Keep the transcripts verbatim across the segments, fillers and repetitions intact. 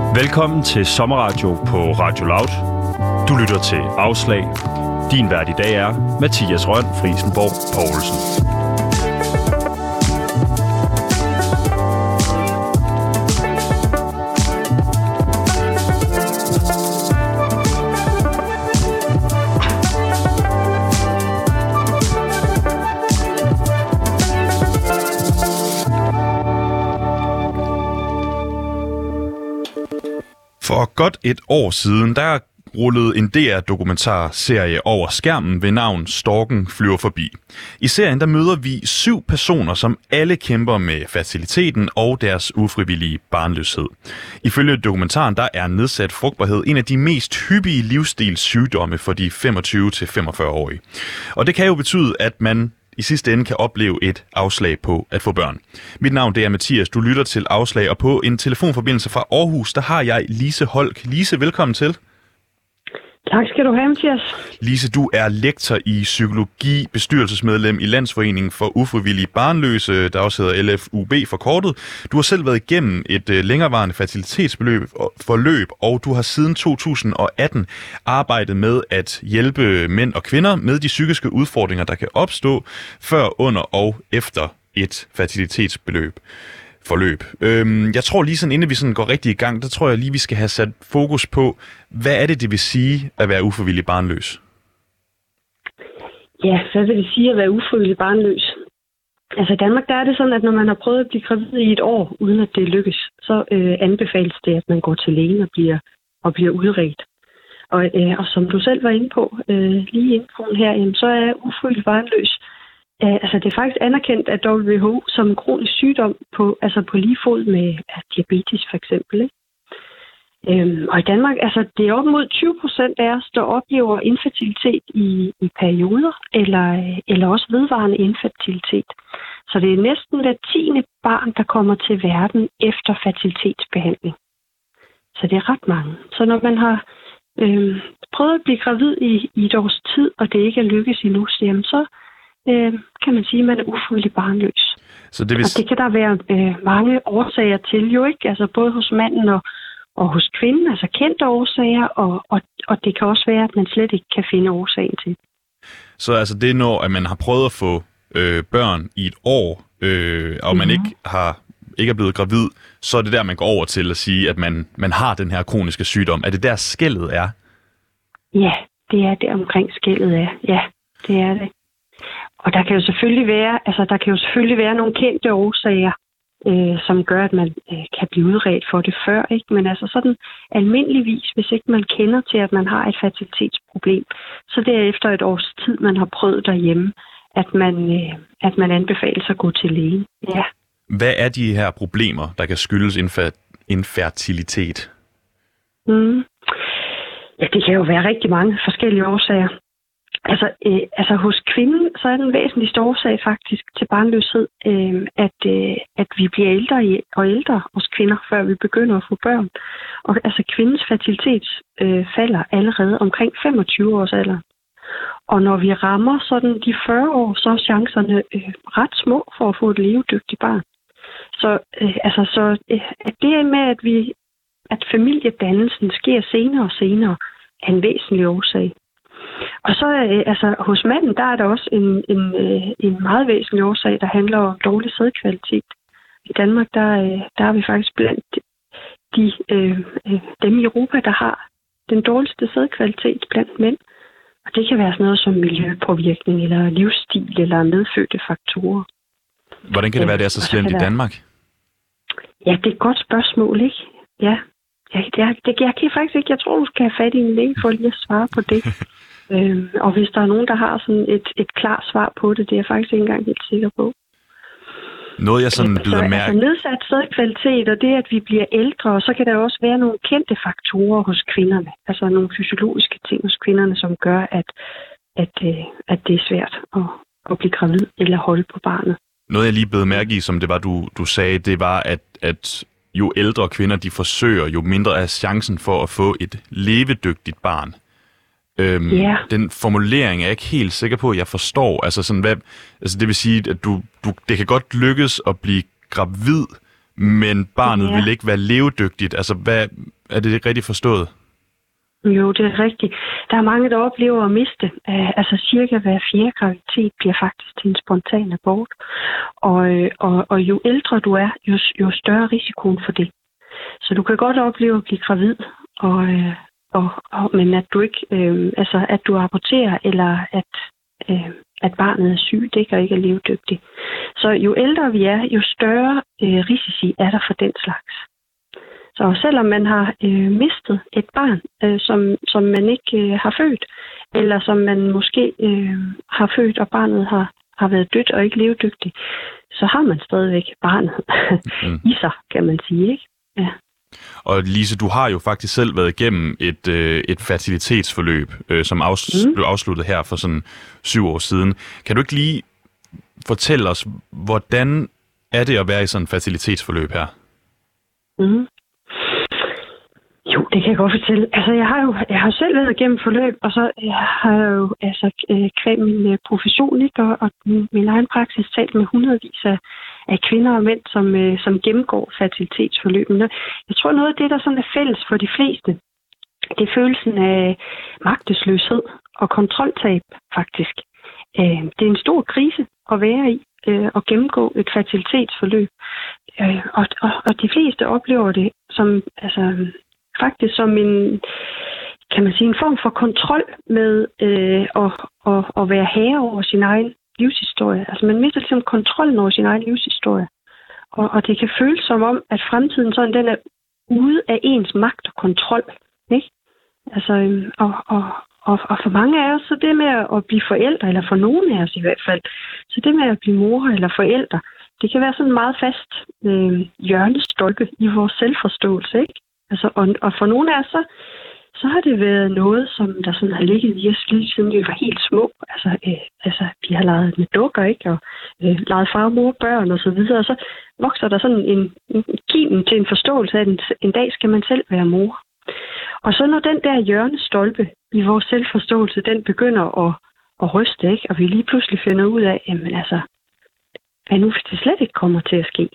Velkommen til Sommerradio på Radio Loud. Du lytter til Afslag. Din vært i dag er Mathias Rønn Friesenborg Poulsen. For godt et år siden, der rullede en D R-dokumentarserie over skærmen ved navn Storken flyver forbi. I serien der møder vi syv personer, som alle kæmper med fertiliteten og deres ufrivillige barnløshed. Ifølge dokumentaren der er nedsat frugtbarhed en af de mest hyppige livsstilssygdomme for de femogtyve til femogfyrre-årige. Og det kan jo betyde, at man i sidste ende kan opleve et afslag på at få børn. Mit navn det er Mathias, du lytter til Afslag, og på en telefonforbindelse fra Aarhus, der har jeg Lise Holk. Lise, velkommen til. Tak skal du have, Mathias. Lise, du er lektor i psykologi, bestyrelsesmedlem i Landsforeningen for Ufrivillige Barnløse, der også hedder L F U B forkortet. Du har selv været igennem et længerevarende fertilitetsforløb, forløb, og du har siden to tusind og atten arbejdet med at hjælpe mænd og kvinder med de psykiske udfordringer, der kan opstå før, under og efter et fertilitetsforløb. Forløb. Øhm, jeg tror lige sådan, inden vi sådan går rigtig i gang, der tror jeg lige, vi skal have sat fokus på, hvad er det, det vil sige at være ufrivillig barnløs? Ja, hvad vil det sige at være ufrivillig barnløs? Altså i Danmark, der er det sådan, at når man har prøvet at blive gravid i et år, uden at det lykkes, så øh, anbefales det, at man går til lægen og bliver, og bliver udredt. Og, øh, og som du selv var inde på, øh, lige infoen her, jamen, så er ufrivillig barnløs. Uh, altså det er faktisk anerkendt af W H O som en kronisk sygdom på, altså på lige fod med uh, diabetes for eksempel. Ikke? Um, og i Danmark, altså det er op mod tyve procent af os, der oplever infertilitet i, i perioder, eller, eller også vedvarende infertilitet. Så det er næsten hver tiende barn, der kommer til verden efter fertilitetsbehandling. Så det er ret mange. Så når man har um, prøvet at blive gravid i, i et års tid, og det ikke er lykkes endnu, så Øh, kan man sige, at man er ufrivillig barnløs. Så det, vil... Og det kan der være øh, mange årsager til, jo ikke? Altså både hos manden og, og hos kvinden, altså kendte årsager, og, og, og det kan også være, at man slet ikke kan finde årsagen til. Så altså det er når, at man har prøvet at få øh, børn i et år, øh, og man mm-hmm. ikke har ikke er blevet gravid, så er det der, man går over til at sige, at man, man har den her kroniske sygdom. Er det der skellet er? Ja, det er der omkring skellet er. Ja, det er det. Og der kan jo selvfølgelig være, altså der kan jo selvfølgelig være nogle kendte årsager, øh, som gør, at man øh, kan blive udredt for det før, ikke? Men altså sådan almindeligvis, hvis ikke man kender til, at man har et fertilitetsproblem, så det er efter et års tid, man har prøvet derhjemme, at man, øh, at man anbefales at gå til lægen. Ja. Hvad er de her problemer, der kan skyldes infer- infertilitet? Mm. Ja, det kan jo være rigtig mange forskellige årsager. Altså, øh, altså hos kvinden, så er den væsentligste årsag faktisk til barnløshed, øh, at, øh, at vi bliver ældre og ældre hos kvinder, før vi begynder at få børn. Og altså kvindens fertilitet øh, falder allerede omkring femogtyve års alder. Og når vi rammer sådan de fyrre år, så er chancerne øh, ret små for at få et levedygtigt barn. Så, øh, altså, så øh, at det er med, at, vi, at familiedannelsen sker senere og senere, er en væsentlig årsag. Og så øh, altså, hos manden, der er der også en, en, øh, en meget væsentlig årsag, der handler om dårlig sædkvalitet. I Danmark, der, øh, der er vi faktisk blandt de, øh, øh, dem i Europa, der har den dårligste sædkvalitet blandt mænd. Og det kan være sådan noget som miljøpåvirkning, eller livsstil, eller medfødte faktorer. Hvordan kan det være, det er så slemt i Danmark? Ja, det er et godt spørgsmål, ikke? Ja. Jeg, jeg, det, jeg kan faktisk ikke. Jeg tror, du skal have fat i en læge for lige at svare på det. øhm, og hvis der er nogen, der har sådan et, et klart svar på det, det er jeg faktisk ikke engang helt sikker på. Noget, jeg sådan bider mærke... Altså nedsat sædkvalitet, og det, at vi bliver ældre, og så kan der også være nogle kendte faktorer hos kvinderne. Altså nogle fysiologiske ting hos kvinderne, som gør, at, at, at det er svært at, at blive gravid eller holde på barnet. Noget, jeg lige bed mærke i, som det var, du, du sagde, det var, at, at jo ældre kvinder de forsøger, jo mindre er chancen for at få et levedygtigt barn. Øhm, yeah. Den formulering er jeg ikke helt sikker på, at jeg forstår. Altså sådan, hvad, altså det vil sige, at du, du, det kan godt lykkes at blive gravid, men barnet yeah. vil ikke være levedygtigt. Altså, hvad, Er det rigtigt forstået? Jo, det er rigtigt. Der er mange, der oplever at miste. Uh, altså cirka hver fjerde graviditet bliver faktisk til en spontan abort. Og, og, og jo ældre du er, jo, jo større risikoen for det. Så du kan godt opleve at blive gravid, og, uh, og, og, men at du ikke, uh, altså at du aborterer, eller at, uh, at barnet er syg, det kan ikke er levedygtigt. Så jo ældre vi er, jo større uh, risici er der for den slags. Så selvom man har øh, mistet et barn, øh, som, som man ikke øh, har født, eller som man måske øh, har født, og barnet har, har været dødt og ikke levedygtigt, så har man stadigvæk barnet mm. i sig, kan man sige, ikke? Ja. Og Lise, du har jo faktisk selv været igennem et, øh, et fertilitetsforløb, øh, som afs- mm. blev afsluttet her for sådan syv år siden. Kan du ikke lige fortælle os, hvordan er det at være i sådan et fertilitetsforløb her? Mm. Jo, det kan jeg godt fortælle. Altså, jeg har jo jeg har selv været igennem forløb, og så jeg har jeg jo altså krævet min profession, ikke? Og, og min egen praksis talt med hundredvis af, af kvinder og mænd, som, som gennemgår fertilitetsforløbene. Jeg tror, noget af det, der sådan er fælles for de fleste, det er følelsen af magtesløshed og kontroltab, faktisk. Det er en stor krise at være i, at gennemgå et fertilitetsforløb. Og, og, og de fleste oplever det som, altså, faktisk som en, kan man sige, en form for kontrol med øh, at, at, at være herre over sin egen livshistorie. Altså man mister ligesom kontrollen over sin egen livshistorie. Og, og det kan føles som om, at fremtiden sådan, den er ude af ens magt og kontrol. Ikke? Altså, og, og, og, og for mange af os, så det med at blive forældre, eller for nogen af os i hvert fald, så det med at blive mor eller forældre, det kan være sådan en meget fast øh, hjørnestolpe i vores selvforståelse, ikke? Altså, og, og for nogle af os, så, så har det været noget, som der sådan har ligget i os lige siden vi var helt små. Altså, øh, altså vi har leget med dukker, ikke? Og øh, leget far, mor, børn og så videre. Og så vokser der sådan en, en kim til en forståelse af, at en, en dag skal man selv være mor. Og så når den der hjørnestolpe i vores selvforståelse, den begynder at, at ryste, ikke? Og vi lige pludselig finder ud af, jamen altså, hvad nu hvis det slet ikke kommer til at ske?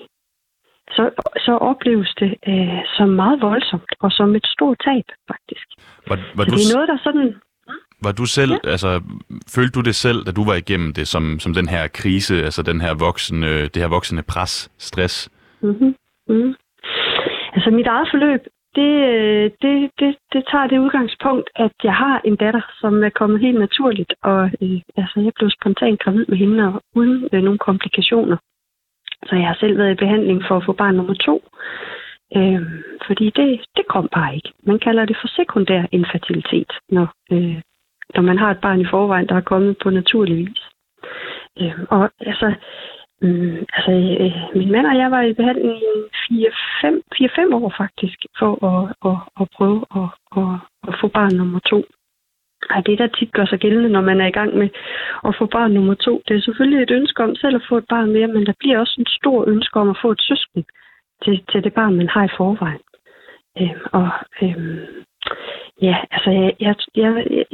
Så, så opleves det øh, som meget voldsomt, og som et stort tab, faktisk. Var, var så du, det er noget, der sådan... Var du selv, ja. altså, følte du det selv, da du var igennem det, som, som den her krise, altså den her voksende, det her voksende pres, stress? Mm-hmm. Mm. Altså mit eget forløb, det, det, det, det tager det udgangspunkt, at jeg har en datter, som er kommet helt naturligt, og øh, altså, jeg blev spontant gravid med hende, og uden øh, nogle komplikationer. Så jeg har selv været i behandling for at få barn nummer to. Øhm, fordi det, det kom bare ikke. Man kalder det for sekundær infertilitet, når, øh, når man har et barn i forvejen, der er kommet på naturlig vis. Øhm, og altså, øh, altså øh, min mand og jeg var i behandling i fire fem år faktisk, for at, at, at prøve at, at, at få barn nummer to. Og det, der tit gør sig gældende, når man er i gang med at få barn nummer to, det er selvfølgelig et ønske om selv at få et barn mere, men der bliver også en stor ønske om at få et søsken til, til det barn, man har i forvejen. Øhm, og øhm, ja, altså, jeg, jeg, jeg,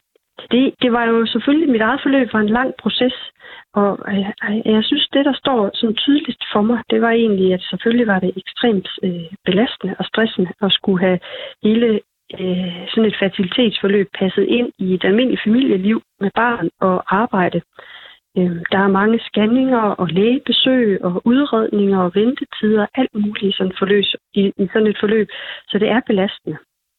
det, det var jo selvfølgelig, mit eget forløb var en lang proces, og jeg, jeg synes, det, der står som tydeligst for mig, det var egentlig, at selvfølgelig var det ekstremt øh, belastende og stressende at skulle have hele sådan et fertilitetsforløb passet ind i et almindeligt familieliv med barn og arbejde. Der er mange scanninger og lægebesøg og udredninger og ventetider, alt muligt sådan forløb, i, i sådan et forløb, så det er belastende.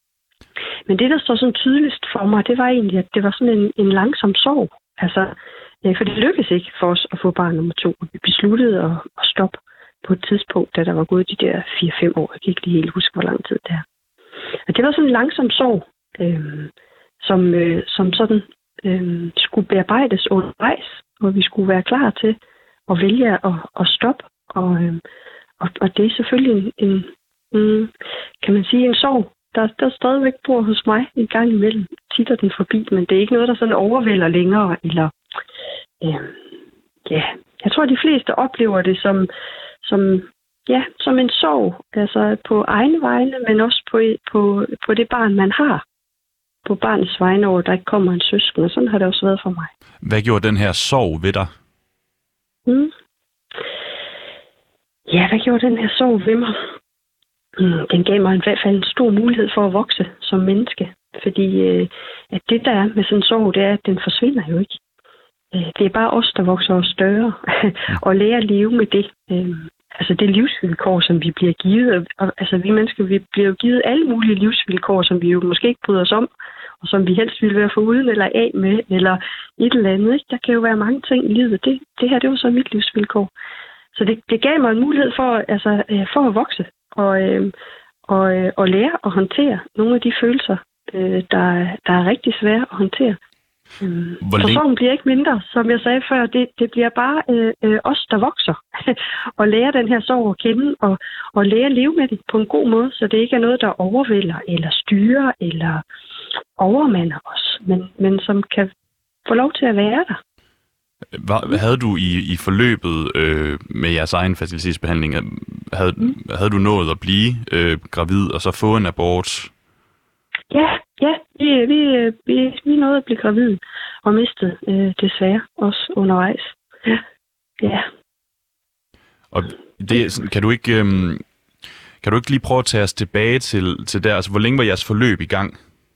Men det, der står sådan tydeligst for mig, det var egentlig, at det var sådan en, en langsom sorg. Altså, for det lykkedes ikke for os at få barn nummer to. Vi besluttede at, at stoppe på et tidspunkt, da der var gået de der fire fem år. Jeg kan ikke lige helt huske, hvor lang tid det er. Og det var sådan en langsom sorg, øh, som, øh, som sådan øh, skulle bearbejdes undervejs, og vi skulle være klar til at vælge at, at stoppe. Og, øh, og, og det er selvfølgelig en, en, en, kan man sige, en sorg, der, der stadigvæk bor hos mig en gang imellem. Titter den forbi, men det er ikke noget, der sådan overvælder længere. Eller, øh, ja. Jeg tror, de fleste oplever det som... som Ja, som en sorg, altså på egne vegne, men også på, på, på det barn, man har. På barnets vegne over, der ikke kommer en søsken, og sådan har det også været for mig. Hvad gjorde den her sorg ved dig? Mm. Ja, hvad gjorde den her sorg ved mig? den gav mig i hvert fald en stor mulighed for at vokse som menneske. Fordi øh, at det, der er med sådan en sorg, det er, at den forsvinder jo ikke. Øh, det er bare os, der vokser os større, og lærer at leve med det. Øh, altså det livsvilkår, som vi bliver givet. Og, altså vi mennesker, vi bliver jo givet alle mulige livsvilkår, som vi jo måske ikke bryder os om, og som vi helst ville være foruden eller af med, eller et eller andet. Ikke? Der kan jo være mange ting i livet. Det, det her, det var så mit livsvilkår. Så det, det gav mig en mulighed for, altså, for at vokse, og, øh, og, øh, og lære at håndtere nogle af de følelser, øh, der, der er rigtig svære at håndtere. Øh, så sorgen bliver ikke mindre, som jeg sagde før. Det, det bliver bare øh, øh, os, der vokser, og lære den her sorg at kende, og, og lære at leve med det på en god måde, så det ikke er noget, der overvælder, eller styrer, eller overmander os, men, men som kan få lov til at være der. Hvad havde du i, i forløbet øh, med jeres egen fertilitetsbehandling? Havde, mm. havde du nået at blive øh, gravid og så få en abort? Ja, ja vi, vi, vi, vi nåede at blive gravid og mistede øh, desværre også undervejs. Ja. ja. Og det, kan, du ikke, øh, kan du ikke lige prøve at tage os tilbage til, til der? Altså, hvor længe var jeres forløb i gang?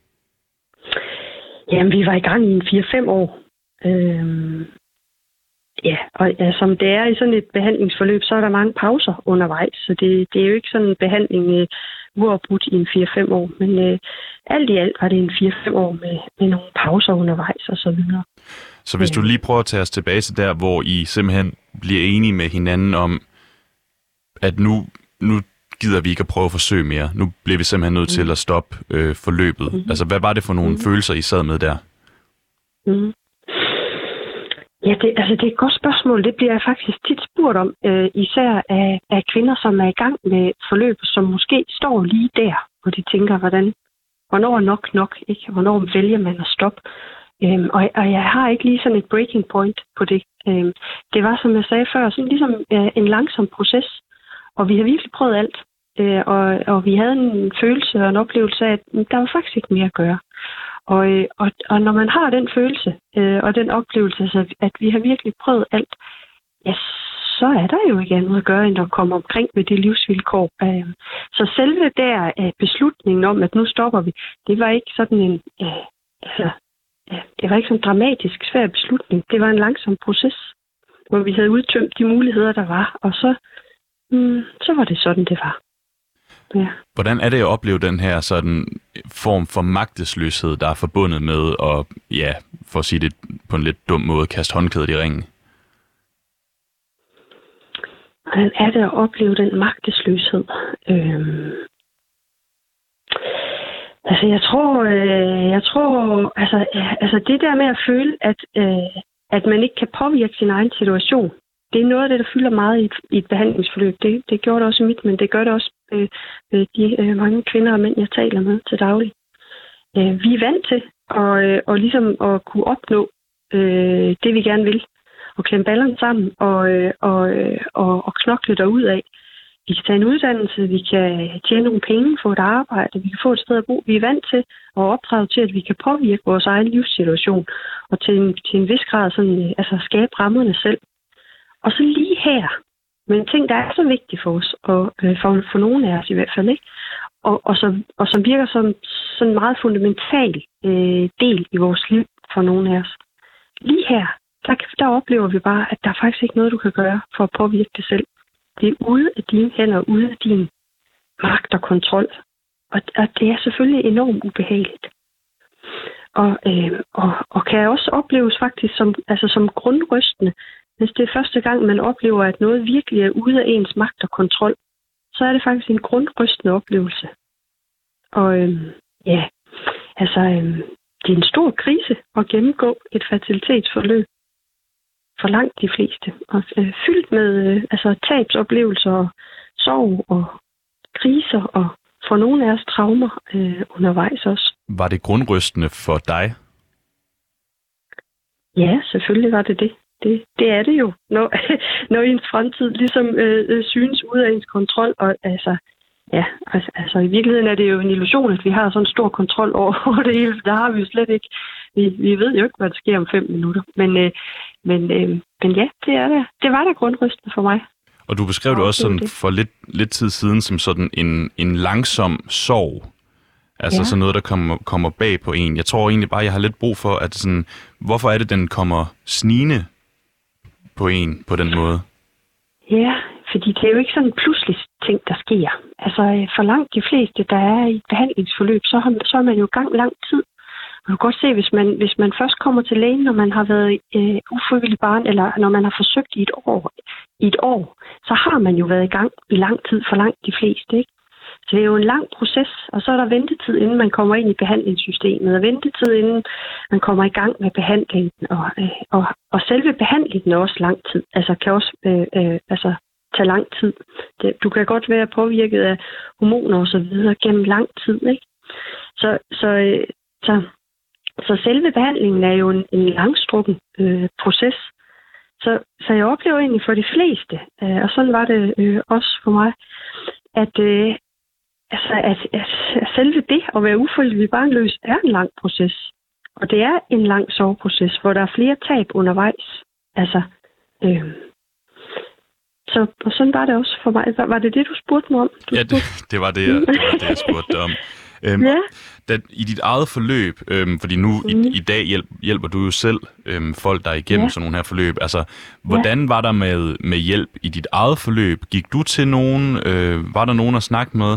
Jamen, vi var i gang i en fire fem år. Øhm, ja, og ja, som det er i sådan et behandlingsforløb, så er der mange pauser undervejs, så det, det er jo ikke sådan en behandling øh, uafbrudt i en fire fem år, men øh, alt i alt var det en fire fem år med, med nogle pauser undervejs og så videre. Så hvis du lige prøver at tage os tilbage til der, hvor I simpelthen bliver enige med hinanden om, at nu, nu gider vi ikke at prøve at forsøge mere, nu bliver vi simpelthen nødt mm. til at stoppe øh, forløbet. Mm-hmm. Altså, hvad var det for nogle mm. følelser, I sad med der? Mm. Ja, det, altså, det er et godt spørgsmål. Det bliver jeg faktisk tit spurgt om, øh, især af, af kvinder, som er i gang med forløb, som måske står lige der, hvor de tænker, hvordan, hvornår er nok nok, ikke? Hvornår vælger man at stoppe? Øhm, og, og jeg har ikke lige sådan et breaking point på det. Øhm, det var, som jeg sagde før, sådan ligesom øh, en langsom proces, og vi har virkelig prøvet alt. Øh, og, og vi havde en følelse og en oplevelse af, at der var faktisk ikke mere at gøre. Og, og, og når man har den følelse øh, og den oplevelse, altså, at vi har virkelig prøvet alt, ja, så er der jo ikke andet at gøre, end at komme omkring med det livsvilkår. Øh, så selve der øh, beslutningen om, at nu stopper vi, det var ikke sådan en, øh, altså, øh, det var ikke sådan en dramatisk svær beslutning. Det var en langsom proces, hvor vi havde udtømt de muligheder, der var, og så, mm, så var det sådan, det var. Ja. Hvordan er det at opleve den her sådan form for magtesløshed, der er forbundet med at, ja, for at sige det på en lidt dum måde, kaste håndklædet i ringen? Hvordan er det at opleve den magtesløshed? Øhm... Altså, jeg tror, øh, jeg tror, altså, altså det der med at føle, at, øh, at man ikke kan påvirke sin egen situation, det er noget af det, der fylder meget i et, i et behandlingsforløb. Det, det gjorde det også i mit, men det gør det også øh, øh, de øh, mange kvinder og mænd, jeg taler med til daglig. Øh, vi er vant til at, øh, og ligesom at kunne opnå øh, det, vi gerne vil, og klemme ballerne sammen og, øh, og, øh, og, og knokle derudad. Vi kan tage en uddannelse, vi kan tjene nogle penge, få et arbejde, vi kan få et sted at bo. Vi er vant til at opdrage til, at vi kan påvirke vores egen livssituation, og til en, til en vis grad sådan, altså skabe rammerne selv. Og så lige her, med en ting, der er så vigtig for os, og øh, for, for nogle af os i hvert fald, ikke? Og, og, så, og som virker som sådan en meget fundamental øh, del i vores liv for nogle af os. Lige her, der, der oplever vi bare, at der er faktisk ikke noget, du kan gøre for at påvirke det selv. Det er ude af dine hænder, ude af din magt og kontrol. Og, og det er selvfølgelig enormt ubehageligt. Og, øh, og, og kan også opleves faktisk som, altså som grundrystende. Hvis det er første gang, man oplever, at noget virkelig er ude af ens magt og kontrol, så er det faktisk en grundrystende oplevelse. Og øh, ja, altså, øh, det er en stor krise at gennemgå et fertilitetsforløb for langt de fleste. Og øh, fyldt med øh, altså, tabsoplevelser og sorg og kriser og for nogle af os traumer øh, undervejs også. Var det grundrystende for dig? Ja, selvfølgelig var det det. Det, det er det jo, når, når ens fremtid ligesom øh, synes ude af ens kontrol. Og altså, ja, altså, altså i virkeligheden er det jo en illusion, at vi har sådan en stor kontrol over det hele. Der har vi jo slet ikke. Vi, vi ved jo ikke, hvad der sker om fem minutter. Men, øh, men, øh, men ja, det, er det. Det var da grundrystende for mig. Og du beskrev det også sådan for lidt, lidt tid siden som sådan en, en langsom sorg. Altså ja. Sådan noget, der kommer, kommer bag på en. Jeg tror egentlig bare, jeg har lidt brug for, at sådan, hvorfor er det, den kommer snigende på en på den måde? Ja, fordi det er jo ikke sådan en pludselig ting, der sker. Altså for langt de fleste, der er i et behandlingsforløb, så, har, så er man jo i gang lang tid. Man kan godt se, hvis man, hvis man først kommer til lægen, når man har været øh, ufrivillig barn, eller når man har forsøgt i et år, i et år, så har man jo været i gang i lang tid, for langt de fleste, ikke? Så det er jo en lang proces, og så er der ventetid, inden man kommer ind i behandlingssystemet, og ventetid, inden man kommer i gang med behandlingen, og, øh, og, og selve behandlingen er også lang tid, altså kan også øh, øh, altså, tage lang tid. Det, du kan godt være påvirket af hormoner og så videre gennem lang tid, ikke? Så, så, øh, så Så selve behandlingen er jo en, en langstrukken øh, proces. Så, så jeg oplever egentlig for de fleste, øh, og sådan var det øh, også for mig, at, øh, altså, at, at, at selve det at være ufrivillig barnløs er en lang proces. Og det er en lang sorgproces, hvor der er flere tab undervejs. Altså, øh, så og sådan var det også for mig. Var, var det det, du spurgte mig om? Du ja, det, det, var det, jeg, det var det, jeg spurgte om. Øhm, ja. Da, I dit eget forløb, øhm, fordi nu mm. i, i dag hjælp, hjælper du jo selv øhm, folk, der er igennem ja. Sådan nogle her forløb. Altså, hvordan ja. Var der med, med hjælp i dit eget forløb? Gik du til nogen? Øh, var der nogen at snakke med?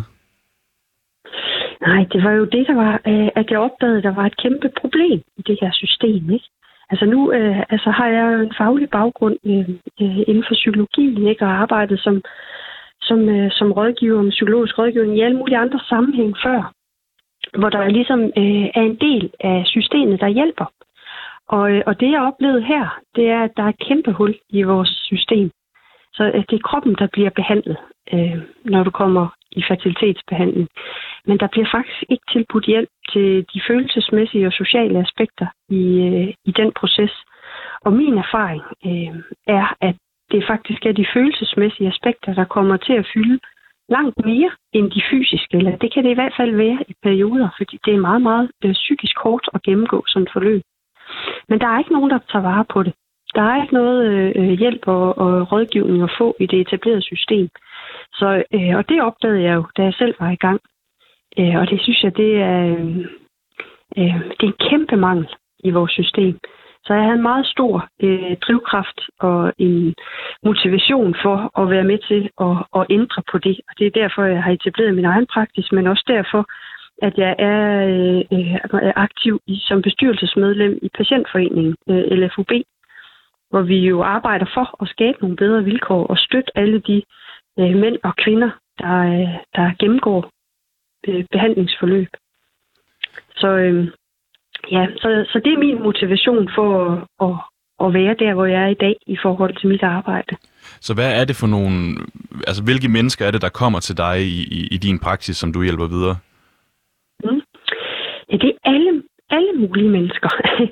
Nej, det var jo det, der var, øh, at jeg opdagede, at der var et kæmpe problem i det her system, ikke? Altså nu øh, altså har jeg jo en faglig baggrund øh, øh, inden for psykologien, ikke? Og arbejdet som, som, øh, som rådgiver, med psykologisk rådgivning i alle mulige andre sammenhæng før, hvor der ligesom øh, er en del af systemet, der hjælper. Og, øh, og det, jeg oplevede her, det er, at der er et kæmpe hul i vores system. Så øh, det er kroppen, der bliver behandlet, øh, når du kommer i fertilitetsbehandling. Men der bliver faktisk ikke tilbudt hjælp til de følelsesmæssige og sociale aspekter i, øh, i den proces. Og min erfaring øh, er, at det faktisk er de følelsesmæssige aspekter, der kommer til at fylde langt mere end de fysiske, eller det kan det i hvert fald være i perioder, fordi det er meget, meget øh, psykisk hårdt at gennemgå sådan et forløb. Men der er ikke nogen, der tager vare på det. Der er ikke noget øh, hjælp og, og rådgivning at få i det etablerede system. Så, øh, og det opdagede jeg jo, da jeg selv var i gang. Øh, og det synes jeg, det er, øh, det er en kæmpe mangel i vores system. Så jeg havde en meget stor øh, drivkraft og en motivation for at være med til at, at ændre på det. Og det er derfor, jeg har etableret min egen praksis, men også derfor, at jeg er øh, aktiv i, som bestyrelsesmedlem i Patientforeningen, øh, L F U B, hvor vi jo arbejder for at skabe nogle bedre vilkår og støtte alle de øh, mænd og kvinder, der, øh, der gennemgår øh, behandlingsforløb. Så... Øh, Ja, så, så det er min motivation for at, at, at være der, hvor jeg er i dag i forhold til mit arbejde. Så hvad er det for nogle, altså hvilke mennesker er det, der kommer til dig i, i, i din praksis, som du hjælper videre? Mm. Ja, det er alle, alle mulige mennesker,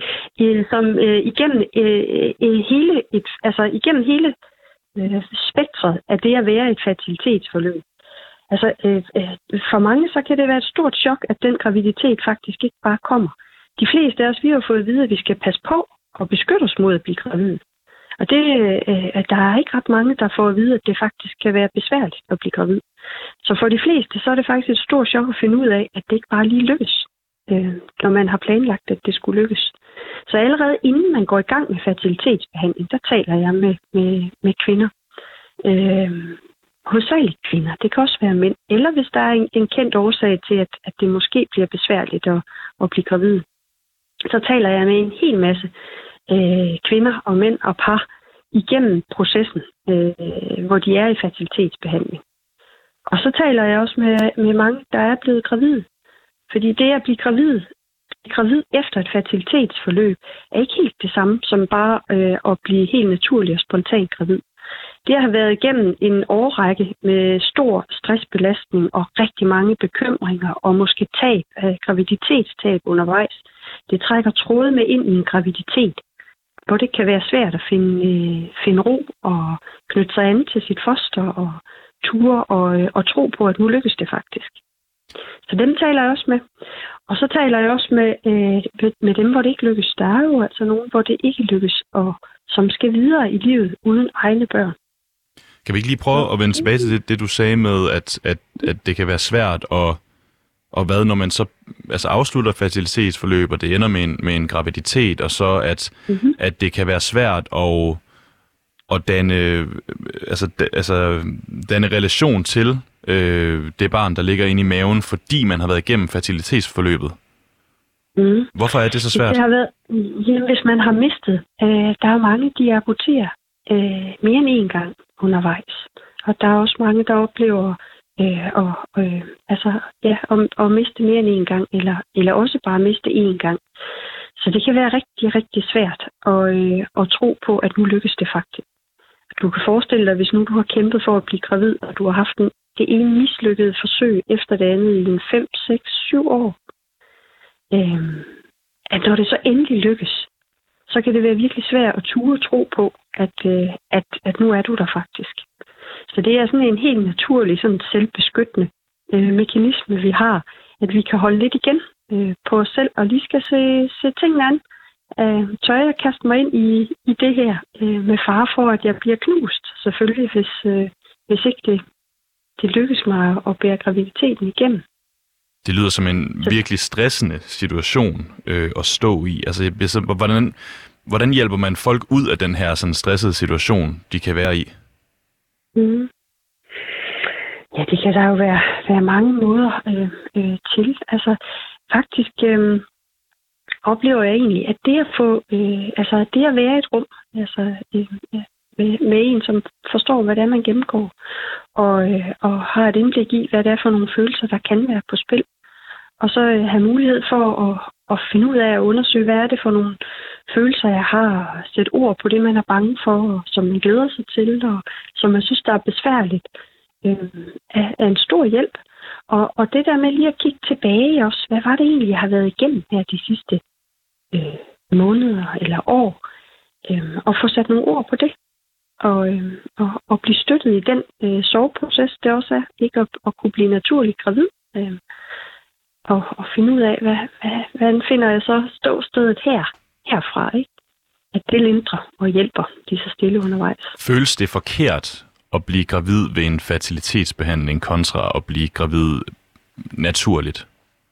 som øh, igennem øh, hele et, altså igennem hele øh, spektret af det at være et fertilitetsforløb. Altså øh, øh, for mange så kan det være et stort chok, at den graviditet faktisk ikke bare kommer. De fleste af os, vi har fået at vide, at vi skal passe på og beskytte os mod at blive gravid. Og det, øh, der er ikke ret mange, der får at vide, at det faktisk kan være besværligt at blive gravid. Så for de fleste, så er det faktisk et stort chok at finde ud af, at det ikke bare lige lykkes, øh, når man har planlagt, at det skulle lykkes. Så allerede inden man går i gang med fertilitetsbehandling, der taler jeg med, med, med kvinder. Øh, hovedsageligt kvinder. Det kan også være mænd. Eller hvis der er en, en kendt årsag til, at, at det måske bliver besværligt at, at blive gravid, så taler jeg med en hel masse øh, kvinder og mænd og par igennem processen, øh, hvor de er i fertilitetsbehandling. Og så taler jeg også med, med mange, der er blevet gravide. Fordi det at blive gravid, gravid efter et fertilitetsforløb er ikke helt det samme som bare øh, at blive helt naturlig og spontant gravid. Det har været igennem en årrække med stor stressbelastning og rigtig mange bekymringer og måske tab, øh, graviditetstab undervejs. Det trækker tråde med ind i en graviditet, hvor det kan være svært at finde, øh, finde ro og knytte sig an til sit foster og ture og, øh, og tro på, at nu lykkes det faktisk. Så dem taler jeg også med. Og så taler jeg også med, øh, med dem, hvor det ikke lykkes. Der er jo altså nogen, hvor det ikke lykkes, og som skal videre i livet uden egne børn. Kan vi ikke lige prøve at vende tilbage til det, det du sagde med, at, at, at det kan være svært, og, og hvad, når man så altså afslutter fertilitetsforløb, og det ender med en, med en graviditet, og så at, mm-hmm. at det kan være svært at, at danne, altså, altså, danne relation til øh, det barn, der ligger inde i maven, fordi man har været igennem fertilitetsforløbet. Mm. Hvorfor er det så svært? Det har været, ja, hvis man har mistet, øh, der er mange, de aborterer øh, mere end én gang undervejs. Og der er også mange, der oplever øh, og, øh, altså, ja, at, at miste mere end én gang, eller, eller også bare miste én gang. Så det kan være rigtig, rigtig svært at, øh, at tro på, at nu lykkes det faktisk. Du kan forestille dig, hvis nu du har kæmpet for at blive gravid, og du har haft en, det ene mislykkede forsøg efter det andet i en fem, seks, syv år, øh, at når det så endelig lykkes, så kan det være virkelig svært at ture tro på, at, øh, at, at nu er du der faktisk. Så det er sådan en helt naturlig, sådan selvbeskyttende øh, mekanisme, vi har, at vi kan holde lidt igen øh, på os selv, og lige skal se, se tingene an. Øh, tør jeg kaste mig ind i, i det her øh, med fare for, at jeg bliver knust, selvfølgelig, hvis, øh, hvis ikke det, det lykkes mig at bære graviditeten igennem. Det lyder som en virkelig stressende situation øh, at stå i. Altså, hvordan, hvordan hjælper man folk ud af den her sådan stressede situation, de kan være i? Mm. Ja, det kan der jo være, være mange måder øh, øh, til. Altså, faktisk øh, oplever jeg egentlig, at det at få, øh, altså det at være i et rum, altså øh, med, med en, som forstår, hvad det er, man gennemgår, og, øh, og har et indblik i, hvad det er for nogle følelser, der kan være på spil. Og så øh, have mulighed for at, at finde ud af at undersøge, hvad er det for nogle følelser, jeg har, sætte ord på det, man er bange for, og som man glæder sig til, og som man synes, der er besværligt, øh, er, er en stor hjælp. Og, og det der med lige at kigge tilbage også, hvad var det egentlig, jeg har været igennem her de sidste øh, måneder eller år, øh, og få sat nogle ord på det. Og, øh, og, og blive støttet i den øh, soveproces, det også er, ikke at, at kunne blive naturligt gravid. Øh, og, og finde ud af, hvad, hvad, hvordan finder jeg så ståstedet her, herfra, ikke? At det lindrer og hjælper de så stille undervejs. Føles det forkert at blive gravid ved en fertilitetsbehandling kontra at blive gravid naturligt?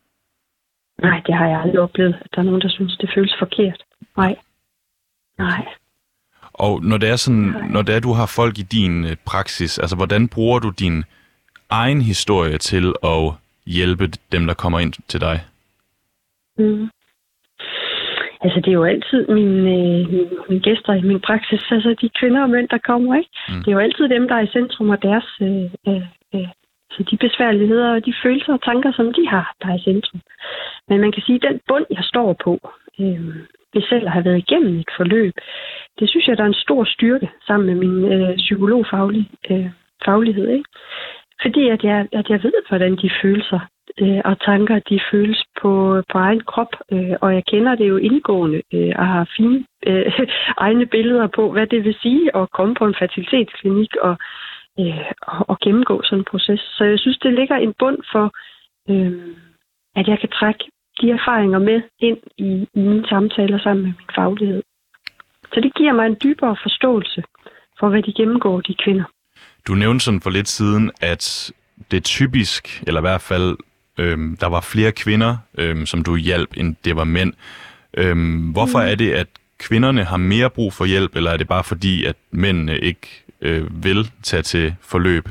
Nej, det har jeg aldrig oplevet, at der er nogen, der synes, det føles forkert. Nej. Nej. Og når det er sådan, når det er, du har folk i din praksis, altså hvordan bruger du din egen historie til at hjælpe dem, der kommer ind til dig? Mm. Altså, det er jo altid mine, øh, mine gæster i min praksis, altså de kvinder og mænd, der kommer, ikke? Mm. Det er jo altid dem, der er i centrum, og deres, øh, øh, så de besværligheder og de følelser og tanker, som de har, der er i centrum. Men man kan sige, at den bund, jeg står på, øh, ved selv at have været igennem et forløb, det synes jeg, der er en stor styrke sammen med min øh, psykologfaglig øh, faglighed, ikke? Fordi at jeg, at jeg ved, hvordan de følelser øh, og tanker, de føles på, på egen krop. Øh, og jeg kender det jo indgående øh, og har fine øh, egne billeder på, hvad det vil sige at komme på en fertilitetsklinik og, øh, og, og gennemgå sådan en proces. Så jeg synes, det ligger en bund for, øh, at jeg kan trække de erfaringer med ind i, i mine samtaler sammen med min faglighed. Så det giver mig en dybere forståelse for, hvad de gennemgår, de kvinder. Du nævnte sådan for lidt siden, at det er typisk, eller i hvert fald, øhm, der var flere kvinder, øhm, som du hjalp, end det var mænd. Øhm, hvorfor mm. er det, at kvinderne har mere brug for hjælp, eller er det bare fordi, at mændene ikke øh, vil tage til forløb?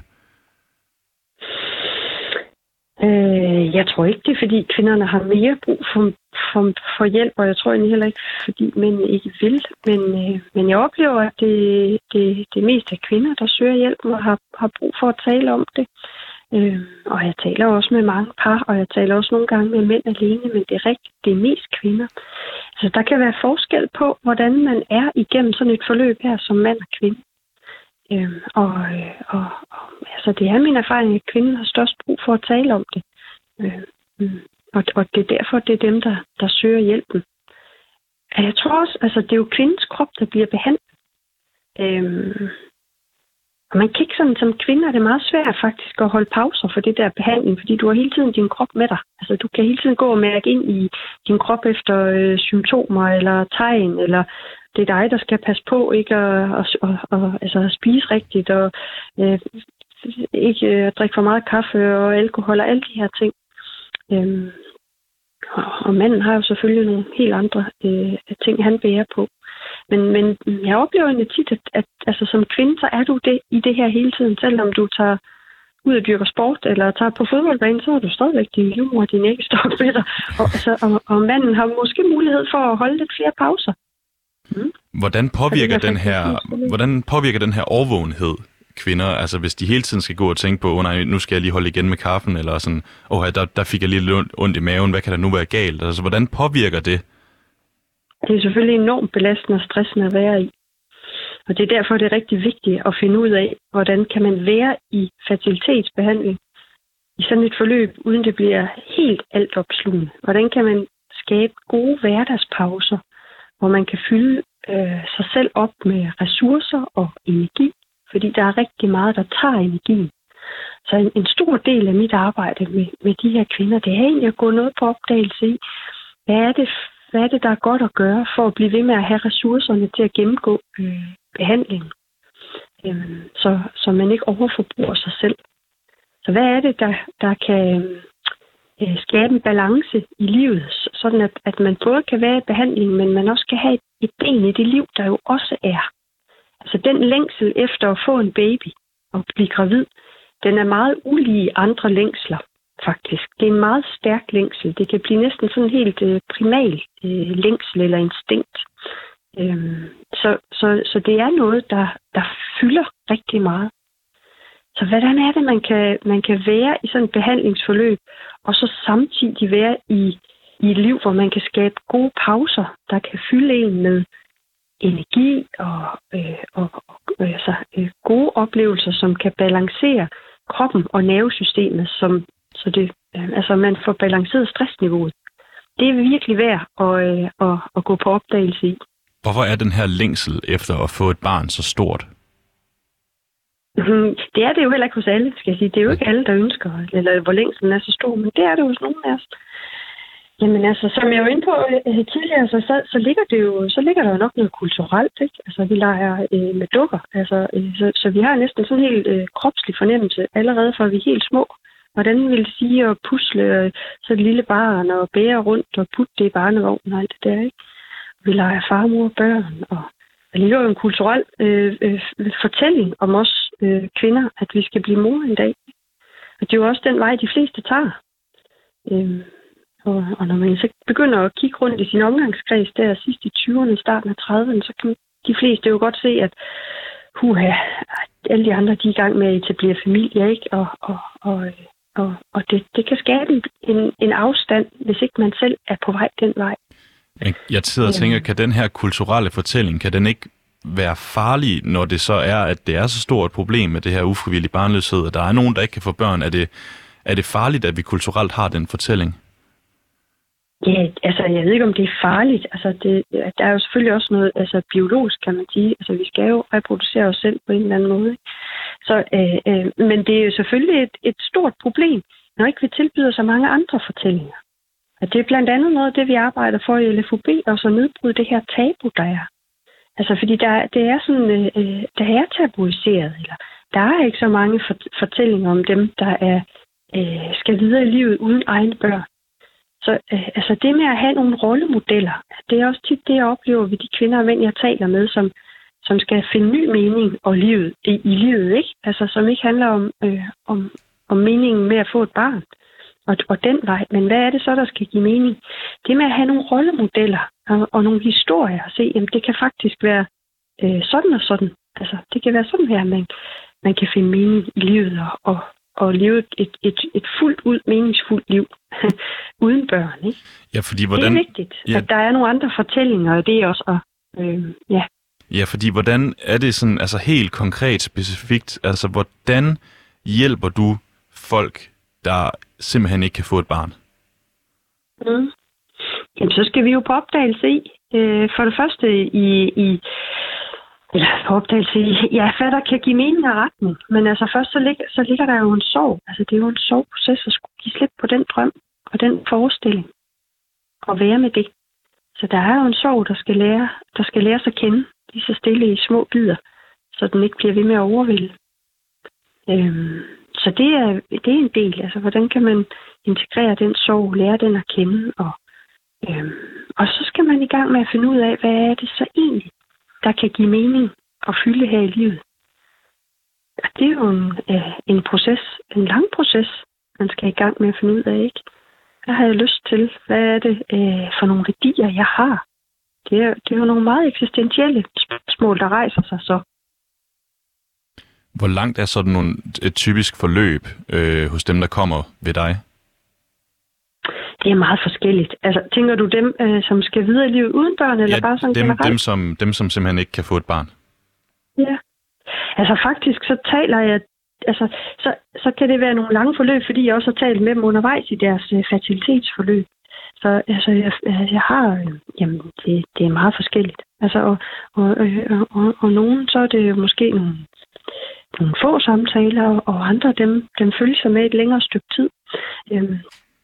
Øh, jeg tror ikke, det er fordi kvinderne har mere brug for, for, for hjælp, og jeg tror egentlig heller ikke, fordi mændene ikke vil. Men, øh, men jeg oplever, at det, det, det mest er kvinder, der søger hjælp og har, har brug for at tale om det. Øh, og jeg taler også med mange par, og jeg taler også nogle gange med mænd alene, men det er rigtigt, det er mest kvinder. Så der kan være forskel på, hvordan man er igennem sådan et forløb her som mand og kvinde. Øhm, og, øh, og, og altså det er min erfaring, at kvinden har størst brug for at tale om det. Øhm, og, og det er derfor, det er dem, der, der søger hjælpen. Og jeg tror også, altså det er jo kvindens krop, der bliver behandlet. Øhm, og man kan ikke sådan, som kvinde er det meget svært faktisk at holde pauser for det der behandling, fordi du har hele tiden din krop med dig. Altså du kan hele tiden gå og mærke ind i din krop efter øh, symptomer eller tegn, eller det er dig, der skal passe på, ikke at og, og, og, altså, spise rigtigt, og øh, ikke øh, drikke for meget kaffe og alkohol og alle de her ting. Øhm, og, og manden har jo selvfølgelig nogle helt andre øh, ting, han bærer på. Men, men jeg oplever egentlig tit, at, at altså, som kvinde, så er du det i det her hele tiden. Selvom du tager ud og dyrker sport, eller tager på fodboldbanen, så har du stadigvæk din livmor og din æggestok med dig. Og, altså, og, og manden har måske mulighed for at holde lidt flere pauser. Mm. Hvordan påvirker den her, hvordan påvirker den her overvågenhed kvinder, altså hvis de hele tiden skal gå og tænke på, oh, nej, nu skal jeg lige holde igen med kaffen, eller sådan, åh, oh, der, der fik jeg lige lidt ondt i maven, hvad kan der nu være galt? Altså, hvordan påvirker det? Det er selvfølgelig enormt belastende og stressende at være i. Og det er derfor, det er rigtig vigtigt at finde ud af, hvordan kan man være i fertilitetsbehandling i sådan et forløb, uden det bliver helt altopslugende. Hvordan kan man skabe gode hverdagspauser, hvor man kan fylde øh, sig selv op med ressourcer og energi, fordi der er rigtig meget, der tager energien. Så en, en stor del af mit arbejde med, med de her kvinder, det er egentlig at gå noget på opdagelse i, hvad er det, hvad er det, der er godt at gøre for at blive ved med at have ressourcerne til at gennemgå øh, behandlingen, øh, så, så man ikke overforbruger sig selv. Så hvad er det, der, der kan øh, skabe en balance i livet, sådan at, at man både kan være i behandling, men man også kan have et, et ben i det liv, der jo også er. Altså den længsel efter at få en baby og blive gravid, den er meget ulige andre længsler, faktisk. Det er en meget stærk længsel. Det kan blive næsten sådan helt øh, primal øh, længsel eller instinkt. Øhm, så, så, så det er noget, der, der fylder rigtig meget. Så hvordan er det, man kan, man kan være i sådan et behandlingsforløb, og så samtidig være i, i et liv, hvor man kan skabe gode pauser, der kan fylde en med energi og, øh, og, og altså, øh, gode oplevelser, som kan balancere kroppen og nervesystemet, som, så det, øh, altså man får balanceret stressniveauet. Det er virkelig værd at, øh, at, at gå på opdagelse i. Hvorfor er den her længsel efter at få et barn så stort? Det er det jo heller ikke hos alle, skal jeg sige. Det er jo ikke alle, der ønsker, eller hvor længselen er så stor, men det er det hos nogen af os. Jamen altså, som jeg var inde på øh, tidligere, så, så, så, ligger det jo, så ligger der jo nok noget kulturelt, ikke? Altså, vi leger øh, med dukker, altså, øh, så, så vi har næsten sådan en helt øh, kropslig fornemmelse, allerede fra vi er helt små. Hvordan vil det sige at pusle øh, så et lille barn og bære rundt og putte det i barnevognen og alt det der, ikke? Vi leger far, mor og børn, og det er jo en kulturel øh, øh, fortælling om os øh, kvinder, at vi skal blive mor en dag. Og det er jo også den vej, de fleste tager. Øh, Og, og når man så begynder at kigge rundt i sin omgangskreds der sidst i tyverne, starten af trediverne, så kan de fleste jo godt se, at huha, alle de andre de er i gang med at etablere familie, ikke? Og, og, og, og, og det, det kan skabe en, en afstand, hvis ikke man selv er på vej den vej. Jeg, jeg sidder og tænker, kan den her kulturelle fortælling, kan den ikke være farlig, når det så er, at det er så stort et problem med det her ufrivillige barnløshed, at der er nogen, der ikke kan få børn? Er det, er det farligt, at vi kulturelt har den fortælling? Ja, altså jeg ved ikke, om det er farligt. Altså det, der er jo selvfølgelig også noget altså, biologisk, kan man sige. Altså vi skal jo reproducere os selv på en eller anden måde. Så, øh, øh, men det er jo selvfølgelig et, et stort problem, når ikke vi tilbyder så mange andre fortællinger. Og det er blandt andet noget af det, vi arbejder for i L F U B, og så nedbryde det her tabu, der er. Altså fordi der, det er sådan, øh, der er tabuiseret, eller der er ikke så mange fortællinger om dem, der er, øh, skal videre i livet uden egne børn. Så øh, altså det med at have nogle rollemodeller, det er også tit det, jeg oplever ved de kvinder og mænd, jeg taler med, som, som skal finde ny mening og livet, i, i livet, ikke? Altså som ikke handler om, øh, om, om meningen med at få et barn og, og den vej. Men hvad er det så, der skal give mening? Det med at have nogle rollemodeller og, og nogle historier og se, jamen det kan faktisk være øh, sådan og sådan. Altså det kan være sådan her, man, man kan finde mening i livet og, og og leve et, et, et fuldt ud meningsfuldt liv uden børn, ikke? Ja, fordi hvordan... Det er vigtigt, ja, at der er nogle andre fortællinger, og det er også, og, øh, ja. Ja, fordi hvordan er det sådan, altså helt konkret, specifikt, altså hvordan hjælper du folk, der simpelthen ikke kan få et barn? Mm. Jamen, så skal vi jo på opdagelse i. Øh, for det første i... i Eller på opdagelse i, ja, hvad der kan give mening og retning. Men altså først, så ligger, så ligger der jo en sorg. Altså det er jo en sorgproces at skulle give slip på den drøm og den forestilling. Og være med det. Så der er jo en sorg, der skal lære, der skal lære sig at kende lige så stille i små bidder, så den ikke bliver ved med at overvælde. Øhm, så det er, det er en del. Altså, hvordan kan man integrere den sorg, lære den at kende, og, øhm, og så skal man i gang med at finde ud af, hvad er det så egentlig, der kan give mening og fylde her i livet. Og det er jo en, øh, en proces, en lang proces, man skal i gang med at finde ud af, ikke? Hvad har jeg lyst til? Hvad er det øh, for nogle værdier, jeg har? Det er, det er jo nogle meget eksistentielle spørgsmål, der rejser sig så. Hvor langt er sådan nogle, et typisk forløb øh, hos dem, der kommer ved dig? Det er meget forskelligt. Altså, tænker du dem, øh, som skal videre i livet uden børn, eller ja, bare sådan dem, generelt? dem som, dem, som simpelthen ikke kan få et barn. Ja. Altså faktisk, så taler jeg... Altså, så, så kan det være nogle lange forløb, fordi jeg også har talt med dem undervejs i deres øh, fertilitetsforløb. Så altså, jeg, jeg har... Øh, jamen, det, det er meget forskelligt. Altså, og, og, og, og, og nogen, så er det måske nogle, nogle få samtaler, og andre, dem, dem følger sig med et længere stykke tid. Øhm,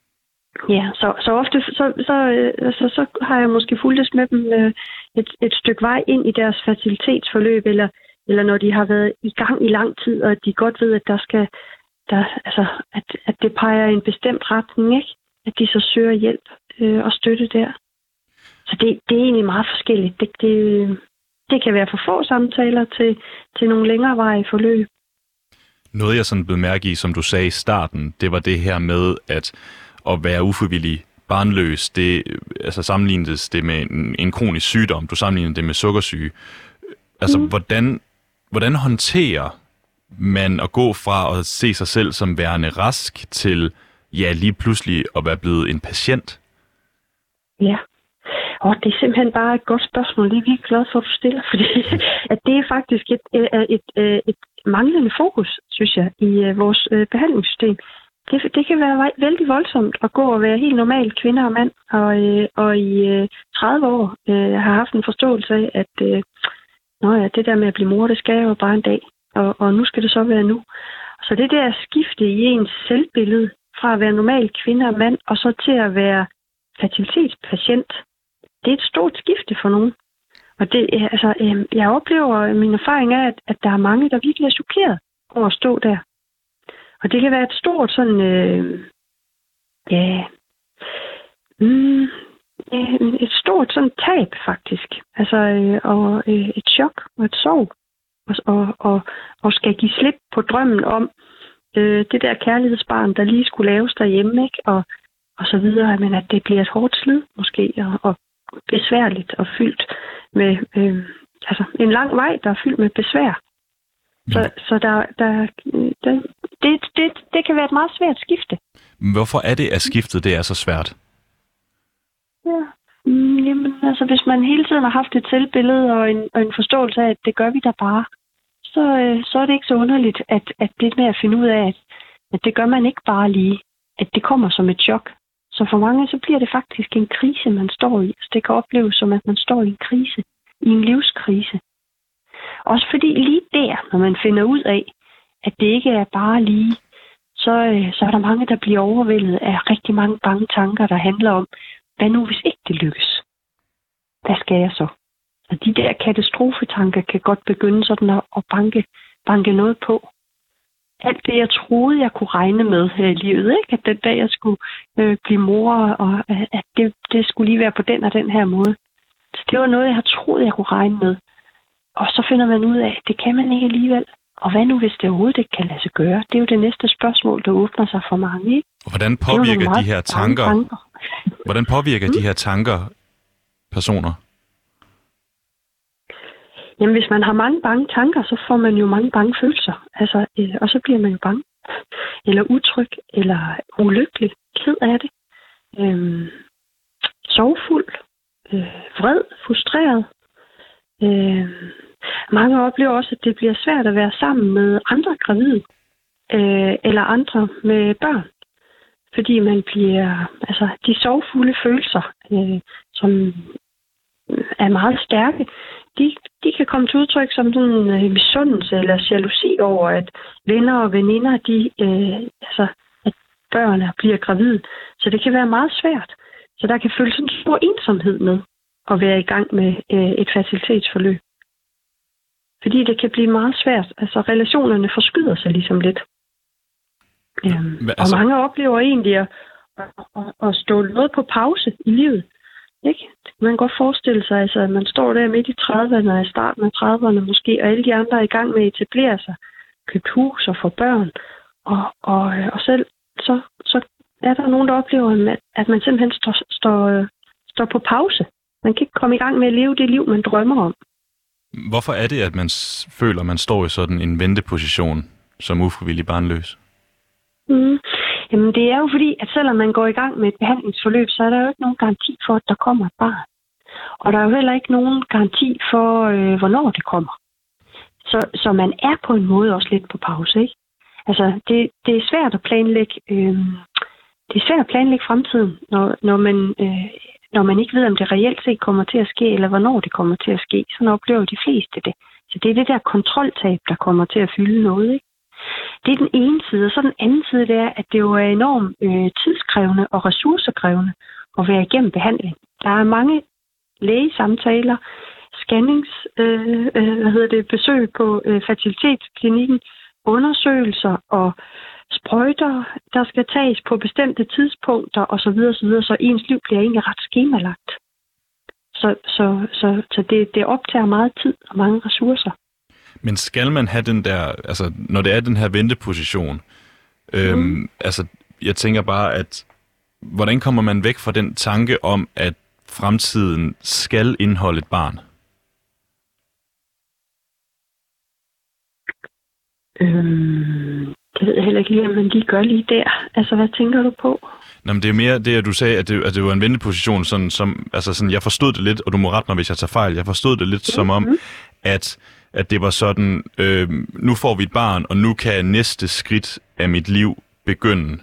Ja, så, så ofte så, så, så, så har jeg måske fulgtes med dem øh, et, et stykke vej ind i deres fertilitetsforløb, eller, eller når de har været i gang i lang tid, og de godt ved, at der skal, der, altså, at, at det peger i en bestemt retning, ikke? At de så søger hjælp øh, og støtte der. Så det, det er egentlig meget forskelligt. Det, det, det kan være for få samtaler til, til nogle længerevarige forløb. Noget jeg sådan blev mærke i, som du sagde i starten, det var det her med, at at være ufrivillig barnløs, det altså sammenlignes det med en, en kronisk sygdom. Du sammenligner det med sukkersyge. Altså, mm. hvordan, hvordan håndterer man at gå fra at se sig selv som værende rask til, ja, lige pludselig at være blevet en patient? Ja, og det er simpelthen bare et godt spørgsmål. Det er vi glade for, at du stiller, fordi at det er faktisk et, et, et, et, et manglende fokus, synes jeg, i vores behandlingssystem. Det, det kan være vældig voldsomt at gå og være helt normal kvinde og mand, og, øh, og i øh, tredive år øh, har haft en forståelse af, at øh, nå ja, det der med at blive mor, det skal jo bare en dag, og, og nu skal det så være nu. Så det der skifte i ens selvbillede fra at være normal kvinde og mand, og så til at være fertilitetspatient, det er et stort skifte for nogen. Og det, altså, øh, jeg oplever, min erfaring er, at, at der er mange, der virkelig er chokeret over at stå der. Og det kan være et stort sådan, øh, ja, mm, et stort sådan tab faktisk. Altså, øh, og øh, et chok og et sorg. Og, og, og, og skal give slip på drømmen om øh, det der kærlighedsbarn, der lige skulle laves derhjemme, ikke? Og, og så videre. Men at det bliver et hårdt slid måske, og, og besværligt og fyldt med, øh, altså en lang vej, der er fyldt med besvær. Så, så der, der, der, det, det, det kan være et meget svært skifte. Hvorfor er det, at skiftet det er så svært? Ja, jamen, altså hvis man hele tiden har haft et selvbillede og en, og en forståelse af, at det gør vi da bare, så, øh, så er det ikke så underligt, at, at det med at finde ud af, at, at det gør man ikke bare lige, at det kommer som et chok. Så for mange, så bliver det faktisk en krise, man står i. Altså, det kan opleves som, at man står i en krise, i en livskrise. Også fordi lige der, når man finder ud af, at det ikke er bare lige, så, øh, så er der mange, der bliver overvældet af rigtig mange bange tanker, der handler om, hvad nu hvis ikke det lykkes? Hvad skal jeg så? Og de der katastrofetanker kan godt begynde sådan at, at banke, banke noget på. Alt det, jeg troede, jeg kunne regne med her i livet, ikke? At den dag, jeg skulle øh, blive mor, og at det, det skulle lige være på den og den her måde. Så det var noget, jeg har troet, jeg kunne regne med. Og så finder man ud af, at det kan man ikke alligevel. Og hvad nu, hvis det overhovedet ikke kan lade sig gøre? Det er jo det næste spørgsmål, der åbner sig for mange, ikke? Og hvordan påvirker de her tanker, tanker. hvordan påvirker mm. de her tanker personer? Jamen, hvis man har mange bange tanker, så får man jo mange bange følelser. Altså, øh, og så bliver man jo bange. Eller utryg, eller ulykkelig, ked af det. Øh, sorgfuld, øh, vred, frustreret. Øh, mange oplever også, at det bliver svært at være sammen med andre gravide, øh, eller andre med børn. Fordi man bliver, altså de sorgfulde følelser, øh, som er meget stærke, de, de kan komme til udtryk som sådan øh, misundelse eller jalousi over, at venner og veninder, de, øh, altså, at børn bliver gravide. Så det kan være meget svært. Så der kan føles en stor ensomhed med. at være i gang med øh, et fertilitetsforløb. Fordi det kan blive meget svært. Altså, relationerne forskyder sig ligesom lidt. Øhm, Hva, altså... Og mange oplever egentlig at, at, at, at stå noget på pause i livet. Ikke? Man kan godt forestille sig, altså, at man står der midt i trediverne og i starten af trediverne måske, og alle de andre er i gang med at etablere sig, købe hus og få børn. Og, og, og selv så, så er der nogen, der oplever, at man simpelthen står, står, står på pause. Man kan ikke komme i gang med at leve det liv, man drømmer om. Hvorfor er det, at man føler, at man står i sådan en venteposition som ufrivillig barnløs? Mm. Jamen, det er jo fordi, at selvom man går i gang med et behandlingsforløb, så er der jo ikke nogen garanti for, at der kommer et barn. Og der er jo heller ikke nogen garanti for, øh, hvornår det kommer. Så, så man er på en måde også lidt på pause, ikke? Altså, det, det er svært at planlægge, øh, det er svært at planlægge fremtiden, når, når man... Øh, når man ikke ved, om det reelt set kommer til at ske, eller hvornår det kommer til at ske. Sådan oplever de fleste det. Så det er det der kontroltab, der kommer til at fylde noget, ikke? Det er den ene side, og så den anden side, det er, at det jo er enormt øh, tidskrævende og ressourcekrævende at være igennem behandling. Der er mange lægesamtaler, scannings, øh, øh, hvad hedder det, besøg på øh, fertilitetsklinikken, undersøgelser og sprøjter, der skal tages på bestemte tidspunkter osv. osv., så ens liv bliver egentlig ret skemalagt. Så, så, så, så det, det optager meget tid og mange ressourcer. Men skal man have den der, altså når det er den her venteposition, øhm, mm. altså jeg tænker bare, at hvordan kommer man væk fra den tanke om, at fremtiden skal indeholde et barn? Øhm, det ved jeg heller ikke lige, om man lige gør lige der. Altså, hvad tænker du på? Nå, men det er mere det, at du sagde, at det, at det var en venteposition, sådan, som, altså sådan, jeg forstod det lidt, og du må rette mig, hvis jeg tager fejl, jeg forstod det lidt mm-hmm. som om, at, at det var sådan, øh, nu får vi et barn, og nu kan næste skridt af mit liv begynde.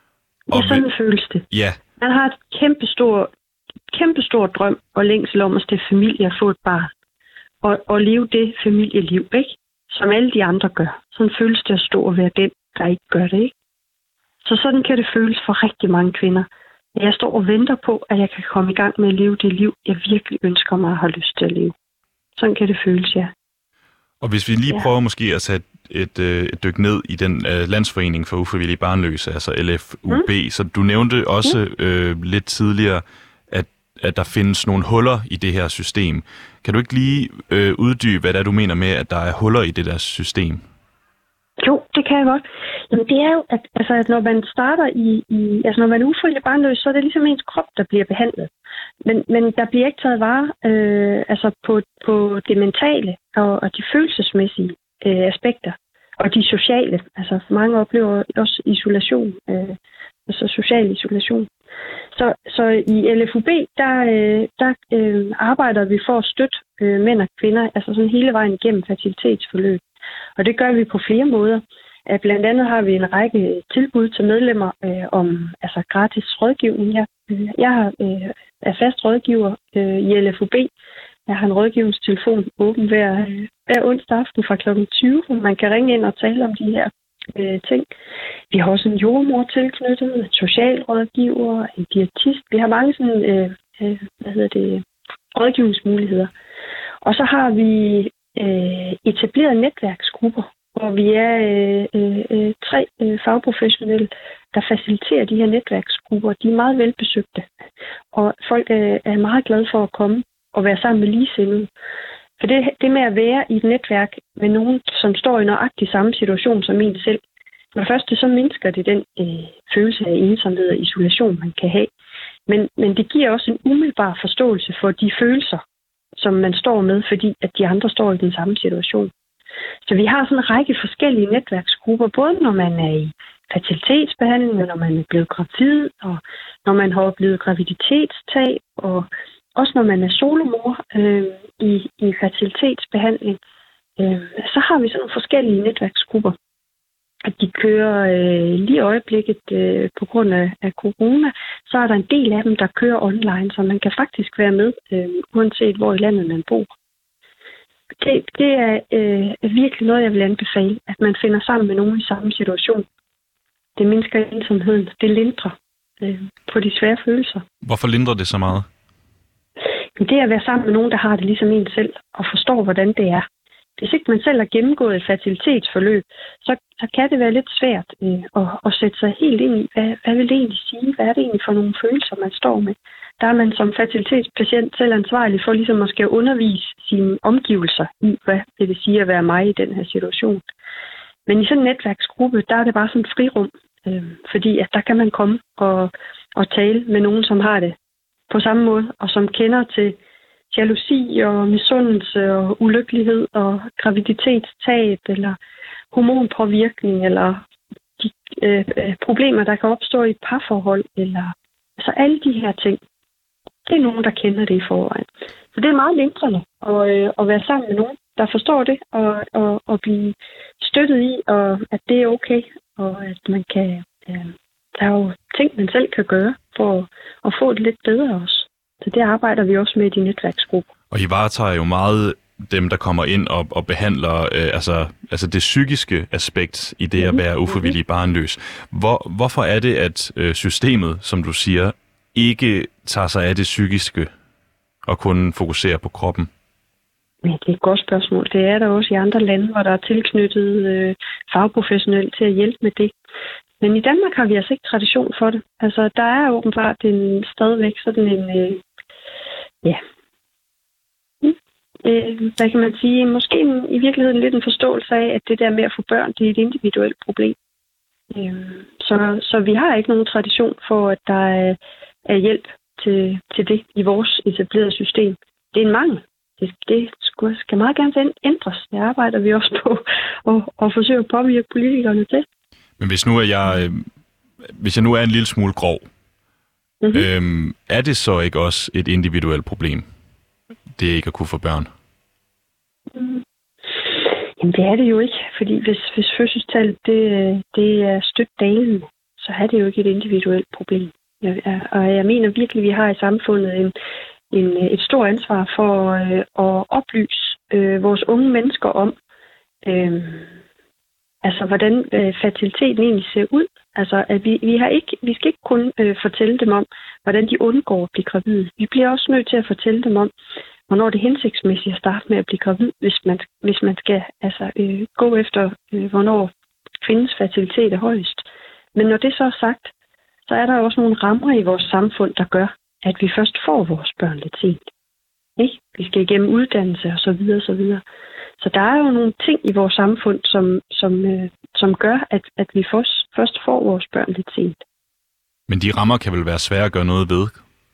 Og ja, sådan føles det. Ja. Man har et kæmpestort, kæmpestort drøm og længsel om at stifte familie og få et barn. Og, og leve det familieliv, ikke? Som alle de andre gør. Sådan føles det at stå og være den, der ikke gør det, ikke? Så sådan kan det føles for rigtig mange kvinder. Jeg står og venter på, at jeg kan komme i gang med at leve det liv, jeg virkelig ønsker mig at have lyst til at leve. Sådan kan det føles, ja. Og hvis vi lige ja. prøver måske at sætte et, et, et dyk ned i den uh, landsforening for ufrivillige barnløse, altså L F U B, mm. så du nævnte også mm. øh, lidt tidligere, at, at der findes nogle huller i det her system. Kan du ikke lige øh, uddybe, hvad det er, du mener med, at der er huller i det der system? Jo, det kan jeg godt. Jamen, det er jo, at, altså, at når man starter i, i... Altså, når man er ufrivillig barnløs, så er det ligesom ens krop, der bliver behandlet. Men, men der bliver ikke taget vare øh, altså på, på det mentale og, og de følelsesmæssige øh, aspekter. Og de sociale. Altså, mange oplever også isolation. Øh, altså social isolation. Så, så i L F U B, der, øh, der øh, arbejder vi for at støtte øh, mænd og kvinder, altså sådan hele vejen igennem fertilitetsforløb. Og det gør vi på flere måder. Blandt andet har vi en række tilbud til medlemmer øh, om altså gratis rådgivning. Jeg, øh, jeg øh, er fast rådgiver øh, i L F U B. Jeg har en rådgivningstelefon åben hver, øh, hver onsdag aften fra klokken tyve, hvor man kan ringe ind og tale om de her øh, ting. Vi har også en jordmor tilknyttet, en socialrådgiver, en diætist. Vi har mange sådan, øh, øh, hvad hedder det, rådgivningsmuligheder. Og så har vi øh, etableret netværksgrupper, hvor vi er øh, øh, tre øh, fagprofessionelle, der faciliterer de her netværksgrupper. De er meget velbesøgte, og folk øh, er meget glade for at komme og være sammen med ligesindede. For det, det med at være i et netværk med nogen, som står i nøjagtig samme situation som en selv, for det første så mindsker det den øh, følelse af ensomhed og isolation, man kan have. Men, men det giver også en umiddelbar forståelse for de følelser, som man står med, fordi at de andre står i den samme situation. Så vi har sådan en række forskellige netværksgrupper, både når man er i fertilitetsbehandling, når man er blevet gravid, og når man har oplevet graviditetstab, og også når man er solomor øh, i, i fertilitetsbehandling. Øh, så har vi sådan nogle forskellige netværksgrupper. At de kører øh, lige i øjeblikket øh, på grund af, af corona, så er der en del af dem, der kører online, så man kan faktisk være med, øh, uanset hvor i landet man bor. Det, det er øh, virkelig noget, jeg vil anbefale, at man finder sammen med nogen i samme situation. Det mindsker ensomheden. Det lindrer øh, på de svære følelser. Hvorfor lindrer det så meget? det at være sammen med nogen, der har det ligesom en selv, og forstår, hvordan det er. Hvis ikke man selv har gennemgået et fertilitetsforløb, så, så kan det være lidt svært øh, at, at sætte sig helt ind i, hvad, hvad vil det egentlig sige? Hvad er det egentlig for nogle følelser, man står med? Der er man som fertilitetspatient selv ansvarlig for ligesom at skal undervise sine omgivelser i, hvad det vil sige at være mig i den her situation. Men i sådan en netværksgruppe, der er det bare sådan et frirum, øh, fordi at der kan man komme og, og tale med nogen, som har det på samme måde, og som kender til jalousi og misundelse og ulykkelighed og graviditetstab eller hormonpåvirkning eller de øh, problemer, der kan opstå i et parforhold. Eller, altså alle de her ting, det er nogen, der kender det i forvejen. Så det er meget lindrende at, øh, at være sammen med nogen, der forstår det og, og, og blive støttet i, og at det er okay, og at man kan... Øh, der er jo ting, man selv kan gøre for at, at få det lidt bedre også. Så det arbejder vi også med i de netværksgrupper. Og I varetager jo meget dem, der kommer ind og, og behandler øh, altså, altså det psykiske aspekt i det at være ufrivillig barnløs. Hvor, hvorfor er det, at øh, systemet, som du siger, ikke tager sig af det psykiske og kun fokuserer på kroppen? Ja, det er et godt spørgsmål. Det er der også i andre lande, hvor der er tilknyttet øh, fagprofessionelle til at hjælpe med det. Men i Danmark har vi altså ikke tradition for det. Altså, der er åbenbart en, stadigvæk sådan en, øh, ja, øh, hvad kan man sige, måske en, i virkeligheden lidt en forståelse af, at det der med at få børn, det er et individuelt problem. Øh, så, så vi har ikke nogen tradition for, at der er, er hjælp til, til det i vores etablerede system. Det er en mangel. Det, det skal meget gerne ændres. Det arbejder vi også på og, og forsøger at påvirke politikerne til. Men hvis nu er jeg, øh, hvis jeg nu er en lille smule grov, mm-hmm. øhm, er det så ikke også et individuelt problem, det ikke at kunne få børn? Mm. Jamen det er det jo ikke, fordi hvis, hvis fødselstallet det, det er stødt dalende, så er det jo ikke et individuelt problem. Jeg, og jeg mener virkelig, at vi har i samfundet en, en, et stort ansvar for øh, at oplyse øh, vores unge mennesker om, øh, altså, hvordan øh, fertiliteten egentlig ser ud. Altså, at vi, vi, har ikke, vi skal ikke kun øh, fortælle dem om, hvordan de undgår at blive gravide. Vi bliver også nødt til at fortælle dem om, hvornår det er hensigtsmæssigt at starte med at blive gravid, hvis man, hvis man skal altså, øh, gå efter, øh, hvornår kvindens fertilitet er højest. Men når det så er sagt, så er der også nogle rammer i vores samfund, der gør, at vi først får vores børn lidt sent. Ikke? Vi skal igennem uddannelse og så videre, og så videre. Så der er jo nogle ting i vores samfund, som, som, øh, som gør, at, at vi først, først får vores børn lidt sent. Men de rammer kan vel være svære at gøre noget ved?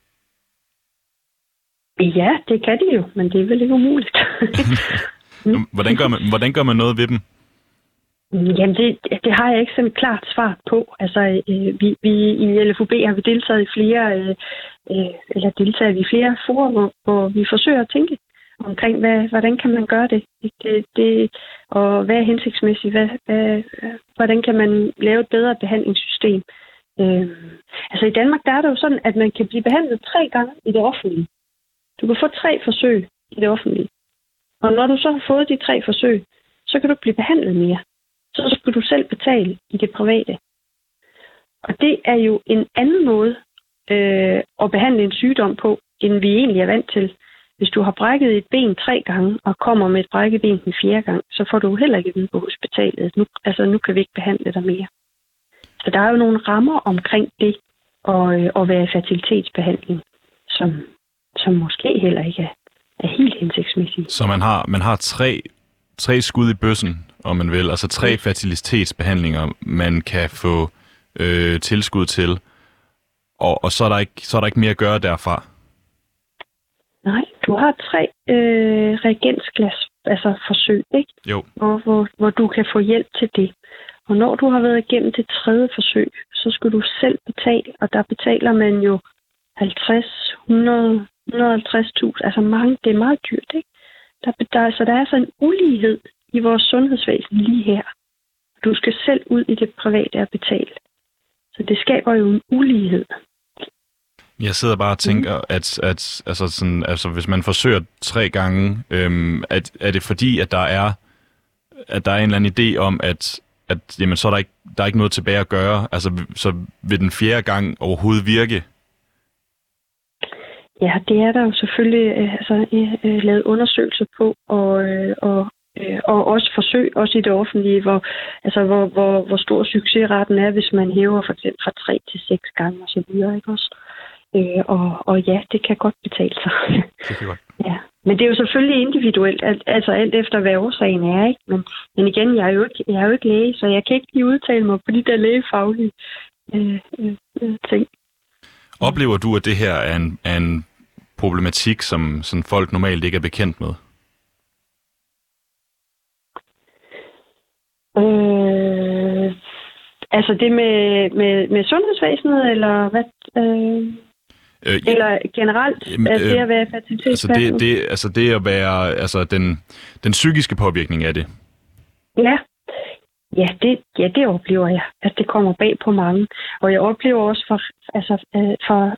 Ja, det kan de jo, men det er vel ikke umuligt. hvordan, gør man, hvordan gør man noget ved dem? Jamen, det, det har jeg ikke sådan et klart svar på. Altså, øh, vi, vi i L F U B har vi deltaget i flere, øh, øh, eller deltaget i flere forer, hvor, hvor vi forsøger at tænke omkring, hvad, hvordan kan man gøre det, det, det og hvad er hensigtsmæssigt, hvad, hvad, hvordan kan man lave et bedre behandlingssystem. Øh, altså i Danmark, der er det jo sådan, at man kan blive behandlet tre gange i det offentlige. Du kan få tre forsøg i det offentlige. Og når du så har fået de tre forsøg, så kan du blive behandlet mere. Så skal du selv betale i det private. Og det er jo en anden måde øh, at behandle en sygdom på, end vi egentlig er vant til. Hvis du har brækket et ben tre gange, og kommer med et brækket ben den fjerde gang, så får du heller ikke at vide på hospitalet. Nu, altså, nu kan vi ikke behandle dig mere. Så der er jo nogle rammer omkring det at, øh, at være i fertilitetsbehandling, som, som måske heller ikke er, er helt hensigtsmæssige. Så man har, man har tre, tre skud i bøssen, om man vil, altså tre fertilitetsbehandlinger, man kan få øh, tilskud til, og, og så, er der ikke, så er der ikke mere at gøre derfra? Nej, du har tre øh, reagensglas, altså forsøg, ikke? Jo. Og hvor, hvor du kan få hjælp til det. Og når du har været igennem det tredje forsøg, så skal du selv betale, og der betaler man jo halvtreds, hundrede, et hundrede og halvtreds tusind, altså mange, det er meget dyrt, ikke? Der, der, så der er så en ulighed i vores sundhedsvæsen lige her. Du skal selv ud i det private og betale. Så det skaber jo en ulighed. Jeg sidder bare og tænker, mm. at, at altså sådan, altså, hvis man forsøger tre gange, øhm, at, er det fordi, at der er, at der er en eller anden idé om, at, at jamen, så er der ikke, der er ikke noget tilbage at gøre? Altså, så vil den fjerde gang overhovedet virke? Ja, det er der jo selvfølgelig øh, altså, øh, lavet undersøgelser på, og, øh, og, øh, og også forsøg, også i det offentlige, hvor, altså, hvor, hvor, hvor stor succesraten er, hvis man hæver for eksempel fra tre til seks gange og så videre, ikke også? Øh, og, og ja, det kan godt betale sig. Det kan godt. Ja. Men det er jo selvfølgelig individuelt, al- altså alt efter hvad årsagen er, ikke? Men, men igen, jeg er, jo ikke, jeg er jo ikke læge, så jeg kan ikke lige udtale mig på de der lægefaglige øh, øh, øh, ting. Oplever du, at det her er en, er en problematik, som, som folk normalt ikke er bekendt med? Øh, altså det med, med, med sundhedsvæsenet, eller hvad? Øh, øh, eller generelt, øh, altså det at være fertilitetsbehandler? Altså det, det, altså det at være, altså den, den psykiske påvirkning af det? Ja. Ja, det, ja, det oplever jeg, at det kommer bag på mange. Og jeg oplever også for, altså, øh, for,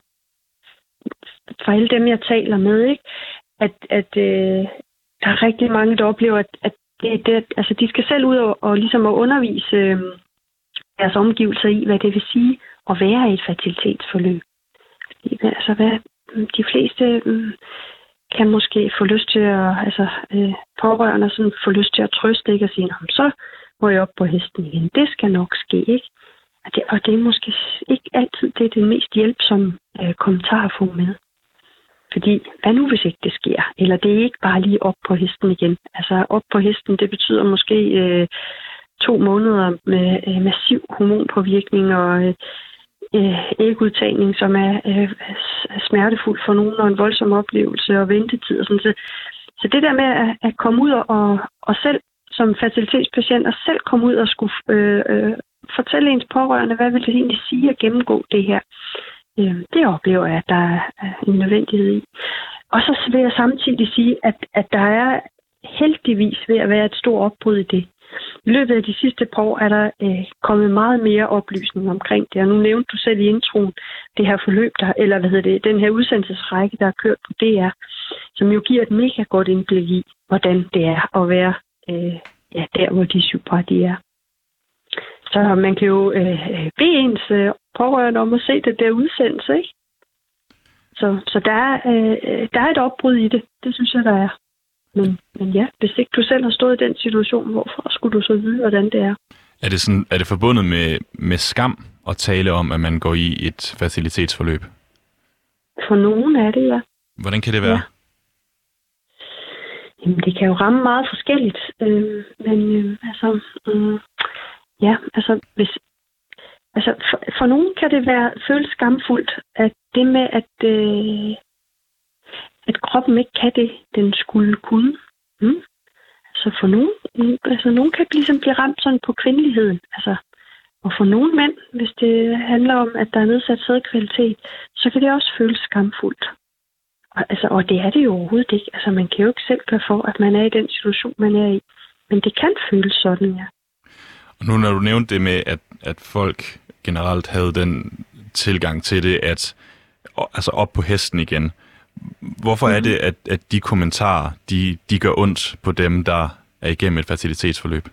for alle dem, jeg taler med, ikke? at, at øh, der er rigtig mange, der oplever, at, at det, det, altså, de skal selv ud og, og ligesom at undervise øh, deres omgivelser i, hvad det vil sige at være i et fertilitetsforløb. Altså, hvad, de fleste øh, kan måske få lyst til at, altså øh, pårørende sådan, få lyst til at trøste, ikke? Og sige, så må jeg op på hesten igen. Det skal nok ske, ikke? Og det, og det er måske ikke altid det, er det mest hjælpsomme øh, kommentar at få med. Fordi, hvad nu hvis ikke det sker? Eller det er ikke bare lige op på hesten igen. Altså, op på hesten, det betyder måske øh, to måneder med øh, massiv hormonpåvirkning og øh, ægudtagning, som er øh, smertefuld for nogen, og en voldsom oplevelse og ventetid og sådan. Så, så det der med at, at komme ud og, og selv som fertilitetspatient og selv komme ud og skulle øh, øh, fortælle ens pårørende, hvad vil det egentlig sige at gennemgå det her. Øh, det oplever jeg, at der er en nødvendighed i. Og så vil jeg samtidig sige, at, at der er heldigvis ved at være et stort opbrud i det. I løbet af de sidste par år er der øh, kommet meget mere oplysning omkring det. Og nu nævnte du selv i introen det her forløb, der, eller hvad hedder det, den her udsendelsesrække, der er kørt på D R, som jo giver et mega godt indblik i, hvordan det er at være øh, ja, der, hvor de syv par de er. Så man kan jo øh, bede ens øh, pårørende om at se det der udsendelse, ikke? Så, så der, er, øh, der er et opbrud i det. Det synes jeg, der er. Men, men ja, hvis ikke du selv har stået i den situation, hvorfor skulle du så vide, hvordan det er? Er det, sådan, er det forbundet med, med skam at tale om, at man går i et fertilitetsforløb? For nogen er det, ja. Hvordan kan det være? Ja. Jamen, det kan jo ramme meget forskelligt. Øh, men øh, altså, øh, ja, altså, hvis, altså for, for nogen kan det være føles skamfuldt, at det med, at, øh, at kroppen ikke kan det, den skulle kunne. Mm. Så for nogen, altså nogen kan ligesom blive ramt sådan på kvindeligheden. Altså, og for nogle mænd, hvis det handler om, at der er nedsat sædkvalitet, så kan det også føles skamfuldt. Og, altså, og det er det jo overhovedet ikke. Altså, man kan jo ikke selv gøre for, at man er i den situation, man er i. Men det kan føles sådan, ja. Og nu når du nævnte det med, at, at folk generelt havde den tilgang til det, at altså op på hesten igen. Hvorfor mm-hmm. er det, at, at de kommentarer, de, de gør ondt på dem, der er igennem et fertilitetsforløb?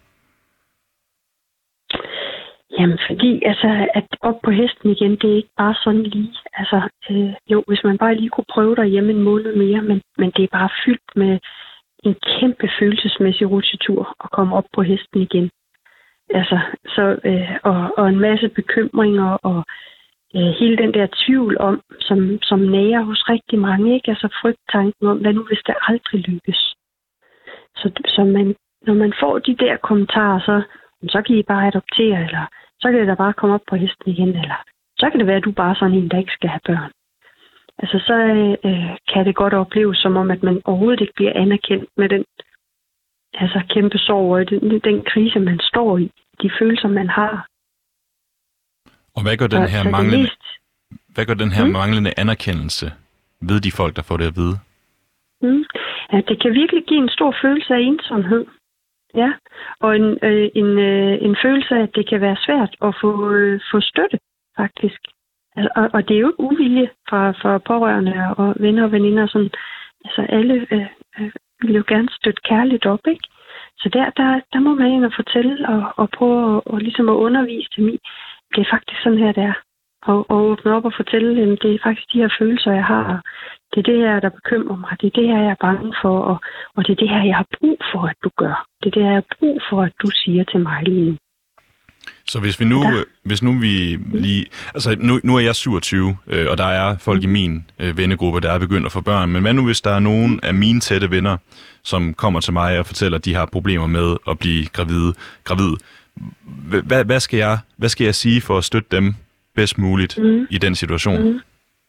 Jamen, fordi altså, at op på hesten igen, det er ikke bare sådan lige. Altså, øh, jo, hvis man bare lige kunne prøve derhjemme en måned mere, men, men det er bare fyldt med en kæmpe følelsesmæssig rutsjetur at komme op på hesten igen. Altså, så, øh, og, og en masse bekymringer og øh, hele den der tvivl om, som, som nærer hos rigtig mange, ikke? Altså frygttanken om, hvad nu hvis det aldrig lykkes. Så, så man, når man får de der kommentarer, så, så kan I bare adoptere, eller så kan det da bare komme op på hesten igen, eller så kan det være, at du bare er sådan en, der ikke skal have børn. Altså, så øh, kan det godt opleves som om, at man overhovedet ikke bliver anerkendt med den altså, kæmpe sorg og den, den krise, man står i, de følelser, man har. Og hvad gør den her, så, manglende, mest... hvad gør den her mm? manglende anerkendelse ved de folk, der får det at vide? Mm. Ja, det kan virkelig give en stor følelse af ensomhed. Ja, og en, øh, en, øh, en følelse af, at det kan være svært at få, øh, få støtte, faktisk. Altså, og, og det er jo ikke uvilje fra, fra pårørende og venner og veninder. Sådan. Altså alle øh, øh, vil jo gerne støtte kærligt op, ikke? Så der, der, der må man ind og fortælle og, og prøve at, og ligesom at undervise dem i. Det er faktisk sådan her, det er. og, og åbne op og fortælle dem, det er faktisk de her følelser, jeg har. Det er det her, der bekymrer mig. Det er det her, jeg er bange for, og, og det er det her, jeg har brug for, at du gør. Det er det her, jeg har brug for, at du siger til mig lige nu. Så hvis vi nu, ja. hvis nu vi lige, altså nu, nu er jeg syvogtyve, øh, og der er folk mm. i min øh, vennegruppe, der er begyndt at få børn, men hvad nu hvis der er nogen af mine tætte venner, som kommer til mig og fortæller, at de har problemer med at blive gravide, gravid. Hvad, hvad, skal jeg, hvad skal jeg sige for at støtte dem bedst muligt mm. i den situation? Mm.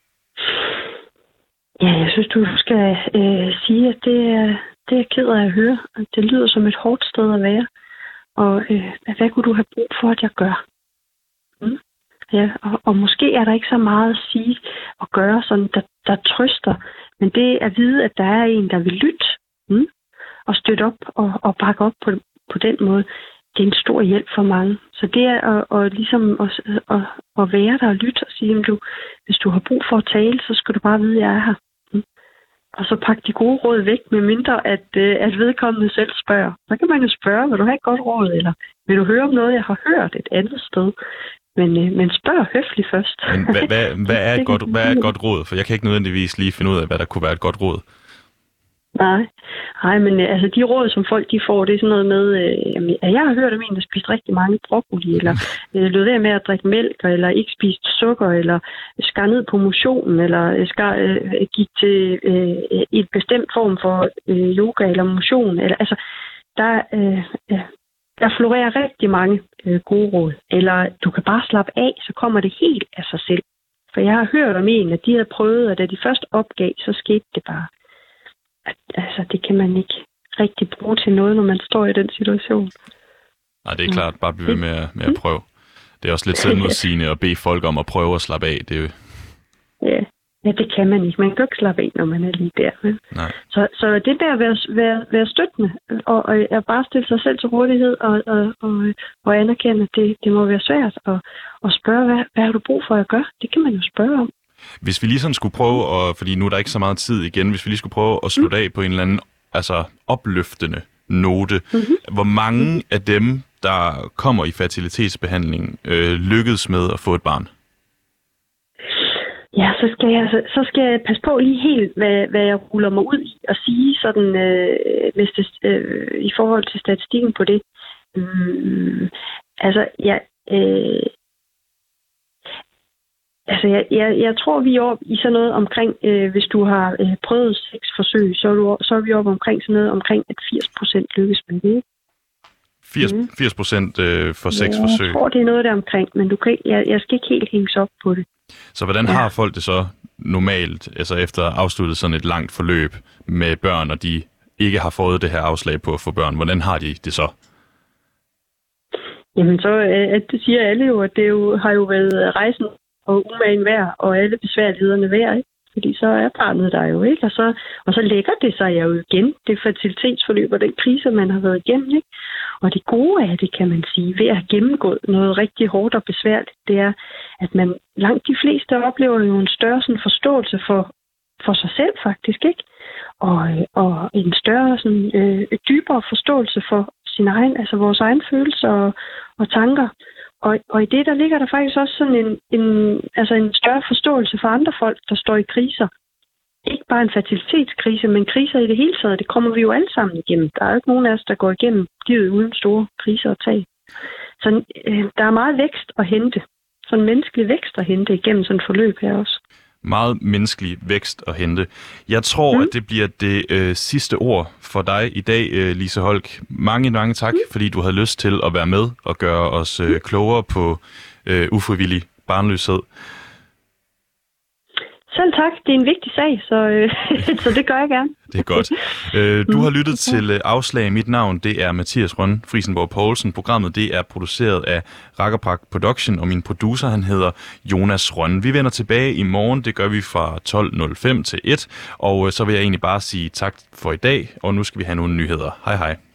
Ja, jeg synes, du skal øh, sige, at det er, det er jeg ked af at høre. Det lyder som et hårdt sted at være. Og øh, hvad kunne du have brug for, at jeg gør? Mm. Ja, og, og måske er der ikke så meget at sige og gøre, sådan, der, der trøster. Men det er at vide, at der er en, der vil lytte mm, og støtte op og, og bakke op på, på den måde. Det er en stor hjælp for mange. Så det er at, og ligesom at, at, at være der og lytte og sige, at du, hvis du har brug for at tale, så skal du bare vide, at jeg er her. Mm. Og så pakke de gode råd væk, med mindre at, at vedkommende selv spørger. Så kan man jo spørge, vil du have et godt råd, eller vil du høre om noget, jeg har hørt et andet sted? Men, men spørg høfligt først. Men hvad, hvad, hvad, er et godt, hvad er et godt råd? For jeg kan ikke nødvendigvis lige finde ud af, hvad der kunne være et godt råd. Nej, Nej men altså de råd, som folk de får, det er sådan noget med, øh, at jeg har hørt om en, der spiste rigtig mange broccoli, eller øh, lød af med at drikke mælk, eller ikke spiste sukker, eller skar ned på motionen, eller skar, øh, gik til øh, et bestemt form for øh, yoga eller motion. Eller, altså, der, øh, øh, der florerer rigtig mange øh, gode råd. Eller du kan bare slappe af, så kommer det helt af sig selv. For jeg har hørt om en, at de havde prøvet, at da de først opgav, så skete det bare. Altså, det kan man ikke rigtig bruge til noget, når man står i den situation. Nej, det er klart. Bare blive ved med at, med at prøve. Det er også lidt selvmodsigende at bede folk om at prøve at slappe af. Det er jo... ja. ja, det kan man ikke. Man kan ikke slappe af, når man er lige der. Men. Nej. Så, så det der at være, være, være støttende, og, og at bare stille sig selv til rådighed, og, og, og, og anerkende, at det, det må være svært, og, og spørge, hvad, hvad har du brug for at gøre? Det kan man jo spørge om. Hvis vi lige sådan skulle prøve, at, fordi nu er der ikke så meget tid igen, hvis vi lige skulle prøve at slutte af på en eller anden altså opløftende note, mm-hmm. hvor mange af dem, der kommer i fertilitetsbehandling, øh, lykkedes med at få et barn? Ja, så skal jeg, så, så skal jeg passe på lige helt, hvad, hvad jeg ruller mig ud i, og sige sådan, øh, hvis det, øh, i forhold til statistikken på det. Mm, altså, jeg... Øh, Altså, jeg, jeg, jeg tror, vi er oppe i sådan noget omkring, øh, hvis du har øh, prøvet seks forsøg, så er, du, så er vi oppe omkring sådan noget omkring, at firs procent lykkes med det. firs procent øh, for seks ja, forsøg? Jeg tror, det er noget der omkring, men du kan, jeg, jeg skal ikke helt hænges op på det. Så hvordan ja. har folk det så normalt, altså efter afsluttet sådan et langt forløb med børn, og de ikke har fået det her afslag på at få børn? Hvordan har de det så? Jamen, så øh, det siger alle jo, at det jo, har jo været rejsen og umagen værd, og alle besværlighederne værd, ikke? Fordi så er barnet der jo, ikke? Og så, og så lægger det sig jo igen, det fertilitetsforløb og den krise, man har været igennem, ikke? Og det gode af det, kan man sige, ved at have gennemgået noget rigtig hårdt og besværligt, det er, at man langt de fleste oplever jo en større sådan, forståelse for, for sig selv, faktisk, ikke? Og, og en større, sådan, øh, dybere forståelse for sin egen, altså vores egen følelser og, og tanker. Og, og i det, der ligger der faktisk også sådan en, en, altså en større forståelse for andre folk, der står i kriser. Ikke bare en fertilitetskrise, men kriser i det hele taget. Det kommer vi jo alle sammen igennem. Der er jo ikke nogen af os, der går igennem livet uden store kriser og tag. Så øh, der er meget vækst at hente. Sådan menneskelig vækst at hente igennem sådan et forløb her også. Meget menneskelig vækst at hente. Jeg tror, mm. at det bliver det øh, sidste ord for dig i dag, øh, Lise Holk. Mange, mange tak, mm. fordi du havde lyst til at være med og gøre os øh, klogere på øh, ufrivillig barnløshed. Selv tak. Det er en vigtig sag, så, øh, så det gør jeg gerne. Det er godt. Øh, du har lyttet til øh, Afslag. Mit navn, det er Mathias Rønne Friesenborg Poulsen. Programmet, det er produceret af Rakkerpak Production, og min producer, han hedder Jonas Rønne. Vi vender tilbage i morgen. Det gør vi fra tolv nul fem til et, og øh, så vil jeg egentlig bare sige tak for i dag, og nu skal vi have nogle nyheder. Hej hej.